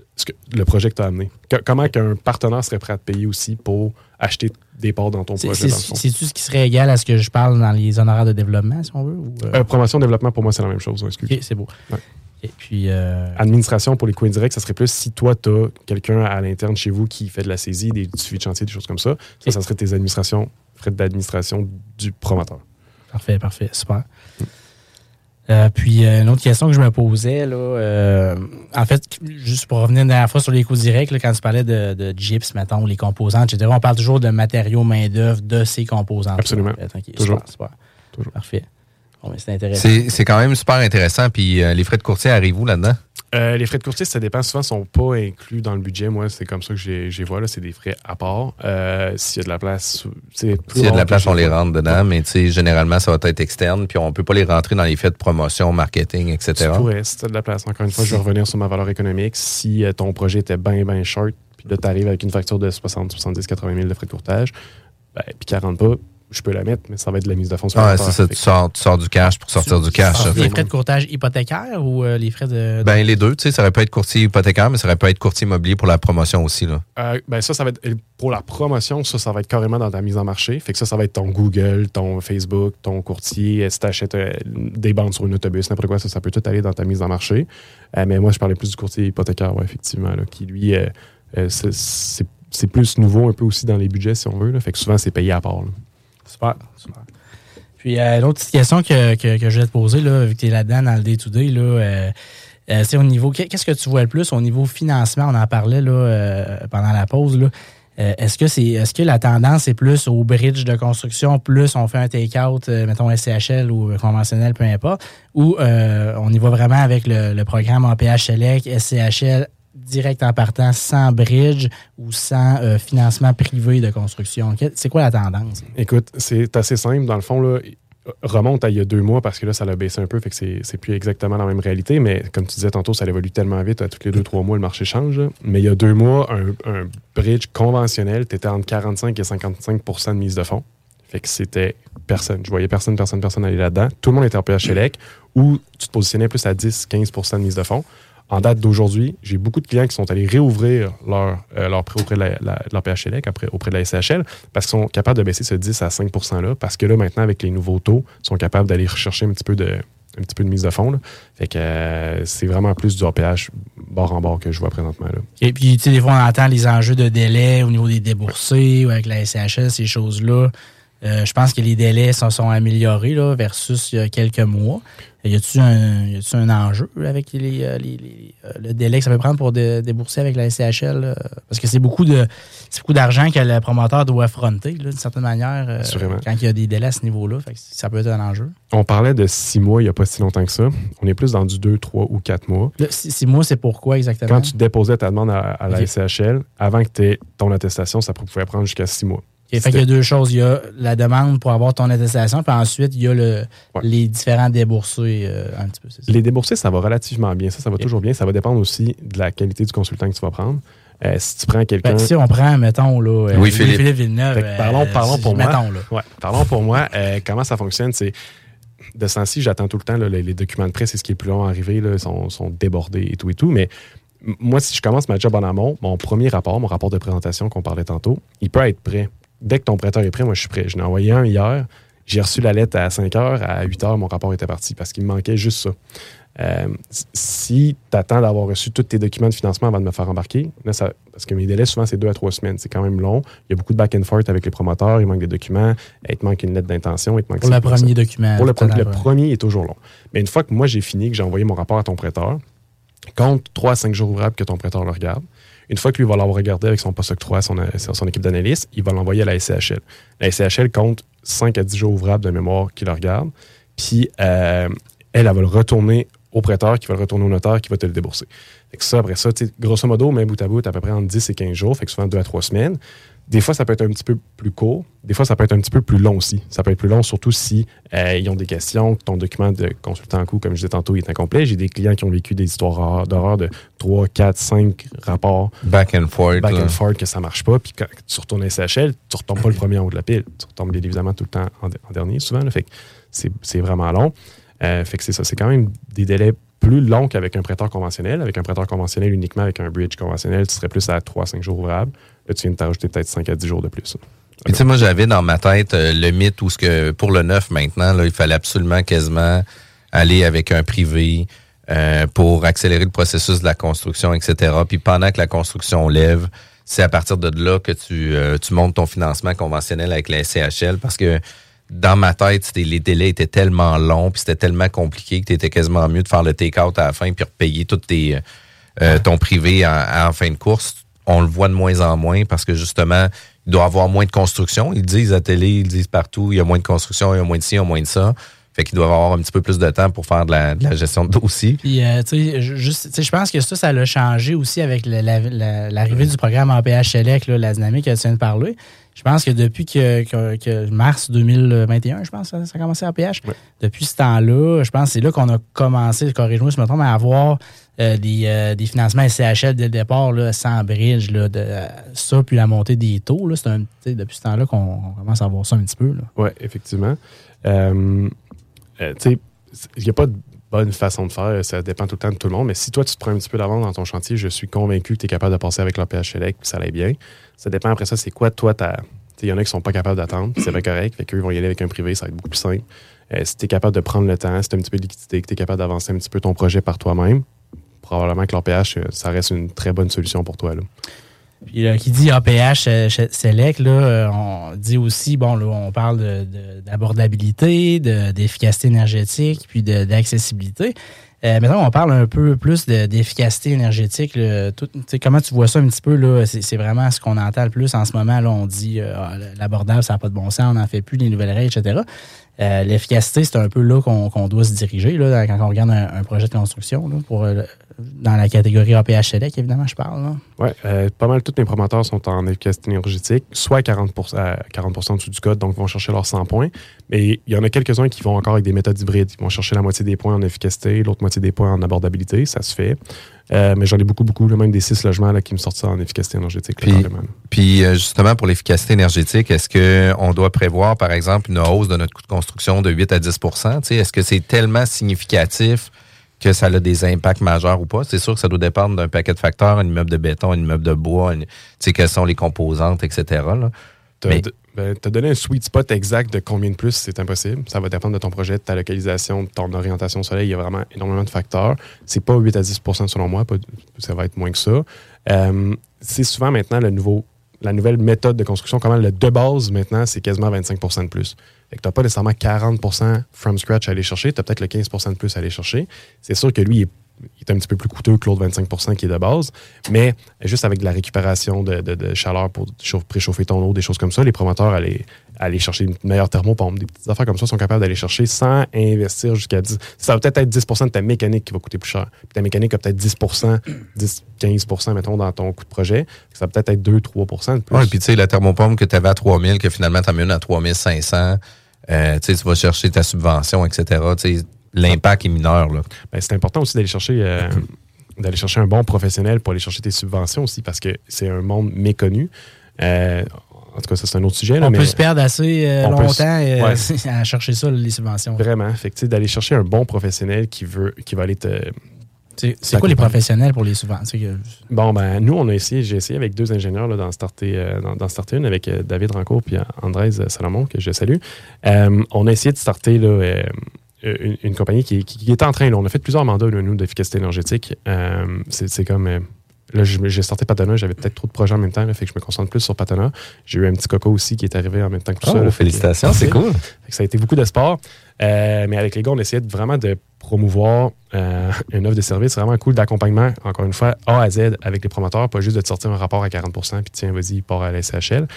le projet que tu as amené? Comment qu'un partenaire serait prêt à te payer aussi pour acheter des parts dans ton projet? C'est-tu ce qui serait égal à ce que je parle dans les honoraires de développement, si on veut? Ou promotion, développement, pour moi, c'est la même chose. OK, c'est beau. Ouais. Et puis, administration, pour les coûts indirects, ça serait plus si toi, tu as quelqu'un à l'interne chez vous qui fait de la saisie, du suivi de chantier, des choses comme ça. Ça serait tes frais d'administration du promoteur. Parfait. Super. Puis, une autre question que je me posais, là, en fait, juste pour revenir une dernière fois sur les coûts directs, là, quand tu parlais de gyps, mettons, les composants, etc., on parle toujours de matériaux, main-d'œuvre, de ces composants. Absolument. Okay, toujours. Super. Toujours. Parfait. Bon, c'est intéressant. C'est quand même super intéressant. Puis, les frais de courtier arrivent où là-dedans? Les frais de courtier, ça dépend. Souvent, ne sont pas inclus dans le budget. Moi, c'est comme ça que je les vois. Là, c'est des frais à part. S'il y a de la place... S'il y a de la place, on les rentre dedans. Mais généralement, ça va être externe. Puis on ne peut pas les rentrer dans les frais de promotion, marketing, etc. Tu pourrais, si tu as de la place. Encore une fois, je vais revenir sur ma valeur économique. Si ton projet était bien short, puis là, tu arrives avec une facture de 60, 70, 80 000 de frais de courtage, puis qu'elle ne rentre pas, je peux la mettre, mais ça va être de la mise de fonds. Ah, c'est ça, tu sors du cash pour sortir du cash. Les frais de courtage hypothécaire ou les frais de... Ben, les deux, tu sais, ça aurait pu être courtier hypothécaire, mais ça aurait pu être courtier immobilier pour la promotion aussi, là. Ça va être, pour la promotion, ça va être carrément dans ta mise en marché. Fait que ça va être ton Google, ton Facebook, ton courtier. Si tu achètes des bandes sur un autobus, n'importe quoi, ça peut tout aller dans ta mise en marché. Mais moi, je parlais plus du courtier hypothécaire, effectivement, là, qui, lui, c'est plus nouveau un peu aussi dans les budgets, si on veut, là. Fait que souvent, c'est payé à part, là. Super. Puis, l'autre petite question que je voulais te poser, là, vu que tu es là-dedans dans le day-to-day, là, c'est au niveau... Qu'est-ce que tu vois le plus au niveau financement? On en parlait là, pendant la pause. Là. Est-ce que la tendance est plus au bridge de construction, plus on fait un take-out, mettons SCHL ou conventionnel, peu importe, ou on y va vraiment avec le programme APH-SELEC, SCHL, direct en partant, sans bridge ou sans financement privé de construction? C'est quoi la tendance? Écoute, c'est assez simple. Dans le fond, là, remonte à il y a 2 mois parce que là, ça l'a baissé un peu, fait que c'est plus exactement la même réalité, mais comme tu disais tantôt, ça évolue tellement vite, à tous les 2-3 mois, le marché change. Là. Mais il y a 2 mois, un bridge conventionnel, tu étais entre 45 et 55 % de mise de fonds. Fait que c'était personne. Je voyais personne aller là-dedans. Tout le monde était en PHLEC ou tu te positionnais plus à 10-15 % de mise de fonds. En date d'aujourd'hui, j'ai beaucoup de clients qui sont allés réouvrir leur prêt auprès de leur PHLEC, auprès de la SCHL, parce qu'ils sont capables de baisser ce 10 à 5 %-là, parce que là, maintenant, avec les nouveaux taux, ils sont capables d'aller rechercher un petit peu de mise de fonds. Là. Fait que c'est vraiment plus du APH bord en bord que je vois présentement. Là. Et puis, tu sais, des fois, on entend les enjeux de délai au niveau des déboursés ou avec la SCHL, ces choses-là. Je pense que les délais sont améliorés là, versus il y a quelques mois. Y a-t-il un enjeu avec le délai que ça peut prendre pour débourser avec la SCHL? Parce que c'est beaucoup d'argent que le promoteur doit affronter, d'une certaine manière, quand il y a des délais à ce niveau-là. Fait que ça peut être un enjeu. On parlait de 6 mois il n'y a pas si longtemps que ça. On est plus dans du 2, 3 ou 4 mois. 6 mois, c'est pourquoi exactement? Quand tu déposais ta demande à la SCHL, avant que tu aies ton attestation, ça pouvait prendre jusqu'à 6 mois. Okay, fait qu'il y a 2 choses. Il y a la demande pour avoir ton attestation, puis ensuite, il y a les différents déboursés un petit peu. C'est ça? Les déboursés, ça va relativement bien. Ça va toujours bien. Ça va dépendre aussi de la qualité du consultant que tu vas prendre. Si tu prends quelqu'un... si on prend, mettons, là, Louis-Philippe Villeneuve... Parlons pour moi. Mettons, là. Ouais, parlons pour moi. Comment ça fonctionne, c'est... De ce temps-ci, j'attends tout le temps là, les documents de prêt, c'est ce qui est le plus long à arriver. Là, sont débordés et tout. Mais moi, si je commence ma job en amont, mon premier rapport, mon rapport de présentation qu'on parlait tantôt, il peut être prêt. Dès que ton prêteur est prêt, moi, je suis prêt. Je n'ai envoyé un hier. J'ai reçu la lettre à 5 heures. À 8 heures, mon rapport était parti parce qu'il me manquait juste ça. Si tu attends d'avoir reçu tous tes documents de financement avant de me faire embarquer, là, parce que mes délais, souvent, c'est 2 à 3 semaines. C'est quand même long. Il y a beaucoup de back and forth avec les promoteurs. Il manque des documents. Il te manque une lettre d'intention. Pour le premier document. Pour le premier est toujours long. Mais une fois que moi, j'ai fini, que j'ai envoyé mon rapport à ton prêteur, compte 3 à 5 jours ouvrables que ton prêteur le regarde. Une fois que lui va l'avoir regardé avec son post-octroi, son équipe d'analystes, il va l'envoyer à la SCHL. La SCHL compte 5 à 10 jours ouvrables de mémoire qui le regarde. Puis, elle va le retourner au prêteur, qui va le retourner au notaire, qui va te le débourser. Fait que ça, après ça, grosso modo, même bout à bout, à peu près entre 10 et 15 jours, fait que souvent 2 à 3 semaines. Des fois, ça peut être un petit peu plus court. Des fois, ça peut être un petit peu plus long aussi. Ça peut être plus long, surtout si ils ont des questions, que ton document de consultant en coût, comme je disais tantôt, est incomplet. J'ai des clients qui ont vécu des histoires d'horreur de 3, 4, 5 rapports. Back and forth. Back and forth, que ça marche pas. Puis quand tu retournes à SCHL, tu retombes pas le premier en haut de la pile. Tu retombes bien évidemment tout le temps en dernier, souvent. Là. Fait que c'est vraiment long. Fait que c'est ça. C'est quand même des délais plus longs qu'avec un prêteur conventionnel. Avec un prêteur conventionnel, uniquement avec un bridge conventionnel, tu serais plus à 3 à 5 jours ouvrables. Là, tu viens de t'ajouter peut-être 5 à 10 jours de plus. Puis tu sais, moi, j'avais dans ma tête le mythe où pour le neuf, maintenant, là, il fallait absolument quasiment aller avec un privé pour accélérer le processus de la construction, etc. Puis pendant que la construction lève, c'est à partir de là que tu montes ton financement conventionnel avec la SCHL parce que dans ma tête, les délais étaient tellement longs puis c'était tellement compliqué que t'étais quasiment mieux de faire le take-out à la fin puis repayer tout ton privé en fin de course. On le voit de moins en moins parce que justement, il doit y avoir moins de construction. Ils le disent à télé, ils le disent partout, il y a moins de construction, il y a moins de ci, il y a moins de ça. Fait qu'ils doivent avoir un petit peu plus de temps pour faire de la gestion de dossier. Puis, je pense que ça l'a changé aussi avec l'arrivée du programme en PHLEC, la dynamique que tu viens de parler. Je pense que depuis que mars 2021, je pense, ça a commencé en PH. Ouais. Depuis ce temps-là, je pense que c'est là qu'on a commencé, corrige-moi si je me trompe, à avoir des financements SCHL dès le départ, là, sans bridge, là, ça, puis la montée des taux. Là, c'est depuis ce temps-là qu'on commence à voir ça un petit peu. Oui, effectivement. Il n'y a pas de bonne façon de faire, ça dépend tout le temps de tout le monde, mais si toi, tu te prends un petit peu d'avance dans ton chantier, je suis convaincu que tu es capable de passer avec la PHLEC, puis ça allait bien. Ça dépend après ça, c'est quoi, toi, il y en a qui sont pas capables d'attendre, c'est pas correct, fait qu'eux vont y aller avec un privé, ça va être beaucoup plus simple. Si tu es capable de prendre le temps, si tu as un petit peu de liquidité, que tu es capable d'avancer un petit peu ton projet par toi-même, probablement que l'APH, ça reste une très bonne solution pour toi. Là. Puis qui dit APH Select, là, on dit aussi, bon, là, on parle d'abordabilité, d'efficacité énergétique, puis d'accessibilité. Maintenant, on parle un peu plus d'efficacité énergétique. Comment tu vois ça un petit peu? Là, c'est vraiment ce qu'on entend le plus en ce moment. Là, on dit l'abordable, ça n'a pas de bon sens, on n'en fait plus, les nouvelles règles, etc. L'efficacité, c'est un peu là qu'on doit se diriger là, quand on regarde un projet de construction là, pour dans la catégorie APH-SELEC, évidemment, je parle. Oui, pas mal tous mes promoteurs sont en efficacité énergétique, soit 40% en dessous du code, donc vont chercher leurs 100 points. Mais il y en a quelques-uns qui vont encore avec des méthodes hybrides. Ils vont chercher la moitié des points en efficacité, l'autre moitié des points en abordabilité, ça se fait. Mais j'en ai beaucoup, même des 6 logements là, qui me sortent ça en efficacité énergétique. Puis justement, pour l'efficacité énergétique, est-ce qu'on doit prévoir, par exemple, une hausse de notre coût de construction de 8 à 10 %? Est-ce que c'est tellement significatif que ça a des impacts majeurs ou pas? C'est sûr que ça doit dépendre d'un paquet de facteurs, un immeuble de béton, un immeuble de bois, quelles sont les composantes, etc. Te donner un sweet spot exact de combien de plus, c'est impossible. Ça va dépendre de ton projet, de ta localisation, de ton orientation au soleil. Il y a vraiment énormément de facteurs. C'est pas 8 à 10 % selon moi. Ça va être moins que ça. C'est souvent maintenant la nouvelle méthode de construction. Comment le de base, maintenant, c'est quasiment 25 % de plus. Fait que tu n'as pas nécessairement 40 % from scratch à aller chercher. Tu as peut-être le 15 % de plus à aller chercher. C'est sûr que lui, il est un petit peu plus coûteux que l'autre 25 % qui est de base, mais juste avec de la récupération de chaleur pour préchauffer ton eau, des choses comme ça, les promoteurs aller chercher une meilleure thermopompe, des petites affaires comme ça, sont capables d'aller chercher sans investir jusqu'à 10. Ça va peut-être être 10 % de ta mécanique qui va coûter plus cher. Puis ta mécanique a peut-être 10 %, 10-15 %, mettons, dans ton coût de projet. Ça va peut-être être 2-3 % de plus. Oui, puis tu sais, la thermopompe que tu avais à 3 000, que finalement tu as mis une à 3 500, tu vas chercher ta subvention, etc. Tu sais, l'impact est mineur. Là. C'est important aussi d'aller chercher un bon professionnel pour aller chercher tes subventions aussi, parce que c'est un monde méconnu. En tout cas, ça, c'est un autre sujet. Là, on peut se perdre assez longtemps à chercher ça, les subventions. Vraiment. Fait que, d'aller chercher un bon professionnel qui va aller te... C'est quoi les professionnels pour les subventions? Bon, nous, j'ai essayé avec 2 ingénieurs là, dans Starter Une, avec David Rancourt et Andrés Salomon, que je salue. On a essayé de starter là, une compagnie qui est en train. Là, on a fait plusieurs mandats, là, nous, d'efficacité énergétique. C'est comme... là, j'ai starté Patana, j'avais peut-être trop de projets en même temps, là, fait que je me concentre plus sur Patana. J'ai eu un petit coco aussi qui est arrivé en même temps que tout ça. Là, félicitations, c'est cool. Ça a été beaucoup de sport. Mais avec les gars, on essayait vraiment de promouvoir une offre de service vraiment cool d'accompagnement, encore une fois, A à Z avec les promoteurs, pas juste de te sortir un rapport à 40 % puis tiens, vas-y, part à la SCHL.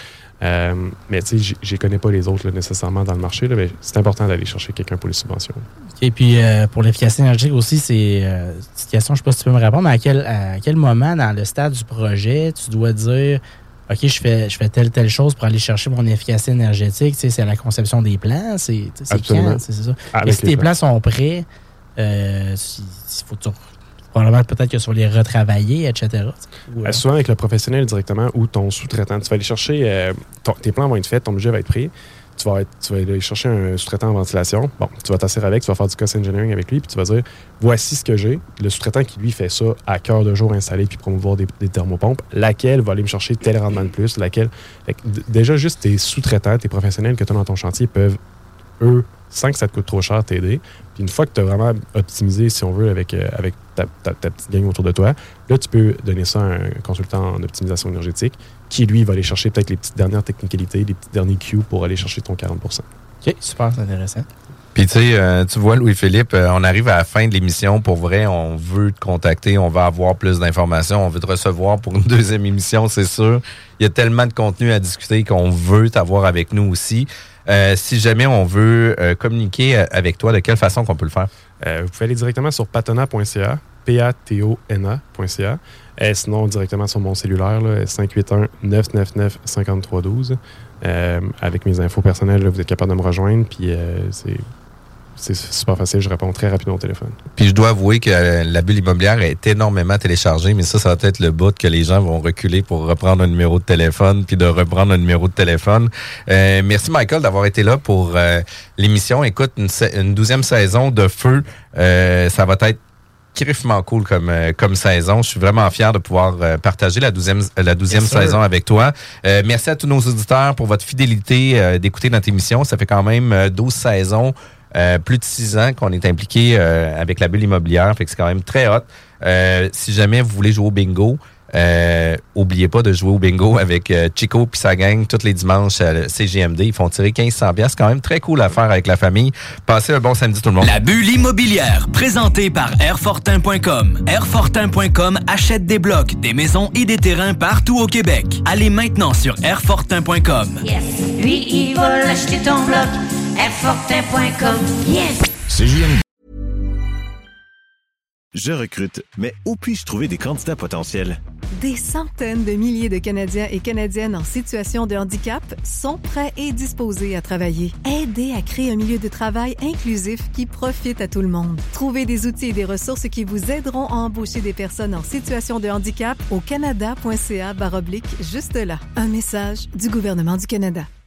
Mais tu sais, je connais pas les autres là, nécessairement dans le marché, là, mais c'est important d'aller chercher quelqu'un pour les subventions. Et puis, pour l'efficacité énergétique aussi, c'est une petite question, je sais pas si tu peux me répondre, mais à quel moment dans le stade du projet, tu dois dire OK, je fais telle chose pour aller chercher mon efficacité énergétique, c'est à la conception des plans, c'est quand, c'est ça. Et si tes plans sont prêts, il faut probablement peut-être que tu vas les retravailler, etc. Souvent avec le professionnel directement ou ton sous-traitant, tu vas aller chercher, tes plans vont être faits, ton budget va être pris. Tu vas aller chercher un sous-traitant en ventilation. Bon, tu vas t'asseoir avec, tu vas faire du cost engineering avec lui, puis tu vas dire, voici ce que j'ai. Le sous-traitant qui, lui, fait ça à cœur de jour installé, puis promouvoir des thermopompes, laquelle va aller me chercher tel rendement de plus, laquelle... Déjà, juste tes sous-traitants, tes professionnels que tu as dans ton chantier peuvent, eux, sans que ça te coûte trop cher, t'aider. Puis une fois que tu as vraiment optimisé, si on veut, avec ta petite gang autour de toi, là, tu peux donner ça à un consultant en optimisation énergétique qui, lui, va aller chercher peut-être les petites dernières technicalités, les petits derniers cues pour aller chercher ton 40 %. OK, super, c'est intéressant. Puis tu vois, Louis-Philippe, on arrive à la fin de l'émission. Pour vrai, on veut te contacter, on va avoir plus d'informations, on veut te recevoir pour une deuxième émission, c'est sûr. Il y a tellement de contenu à discuter qu'on veut t'avoir avec nous aussi. Si jamais on veut communiquer avec toi, de quelle façon qu'on peut le faire? Vous pouvez aller directement sur patona.ca, patona.ca. Sinon, directement sur mon cellulaire, 581-999-5312. Avec mes infos personnelles, là, vous êtes capable de me rejoindre. Puis c'est super facile, je réponds très rapidement au téléphone. Puis je dois avouer que la bulle immobilière est énormément téléchargée, mais ça va être le bout que les gens vont reculer pour reprendre un numéro de téléphone, puis de reprendre un numéro de téléphone. Merci Michael d'avoir été là pour l'émission. Écoute, une 12e saison de feu, ça va être criffement cool comme saison. Je suis vraiment fier de pouvoir partager la 12e saison avec toi. Merci à tous nos auditeurs pour votre fidélité d'écouter notre émission. Ça fait quand même 12 saisons. Plus de 6 ans qu'on est impliqué avec la bulle immobilière, fait que c'est quand même très hot. Si jamais vous voulez jouer au bingo, oubliez pas de jouer au bingo avec Chico puis sa gang tous les dimanches à CGMD. Ils font tirer 1500$. C'est quand même très cool à faire avec la famille. Passez un bon samedi tout le monde. La bulle immobilière, présentée par Airfortin.com. Airfortin.com achète des blocs, des maisons et des terrains partout au Québec. Allez maintenant sur Airfortin.com. Yes. Lui, il va l'acheter ton bloc. Airfortin.com. Yes. CJMD. Je recrute, mais où puis-je trouver des candidats potentiels? Des centaines de milliers de Canadiens et Canadiennes en situation de handicap sont prêts et disposés à travailler. Aidez à créer un milieu de travail inclusif qui profite à tout le monde. Trouvez des outils et des ressources qui vous aideront à embaucher des personnes en situation de handicap au canada.ca/juste là. Un message du gouvernement du Canada.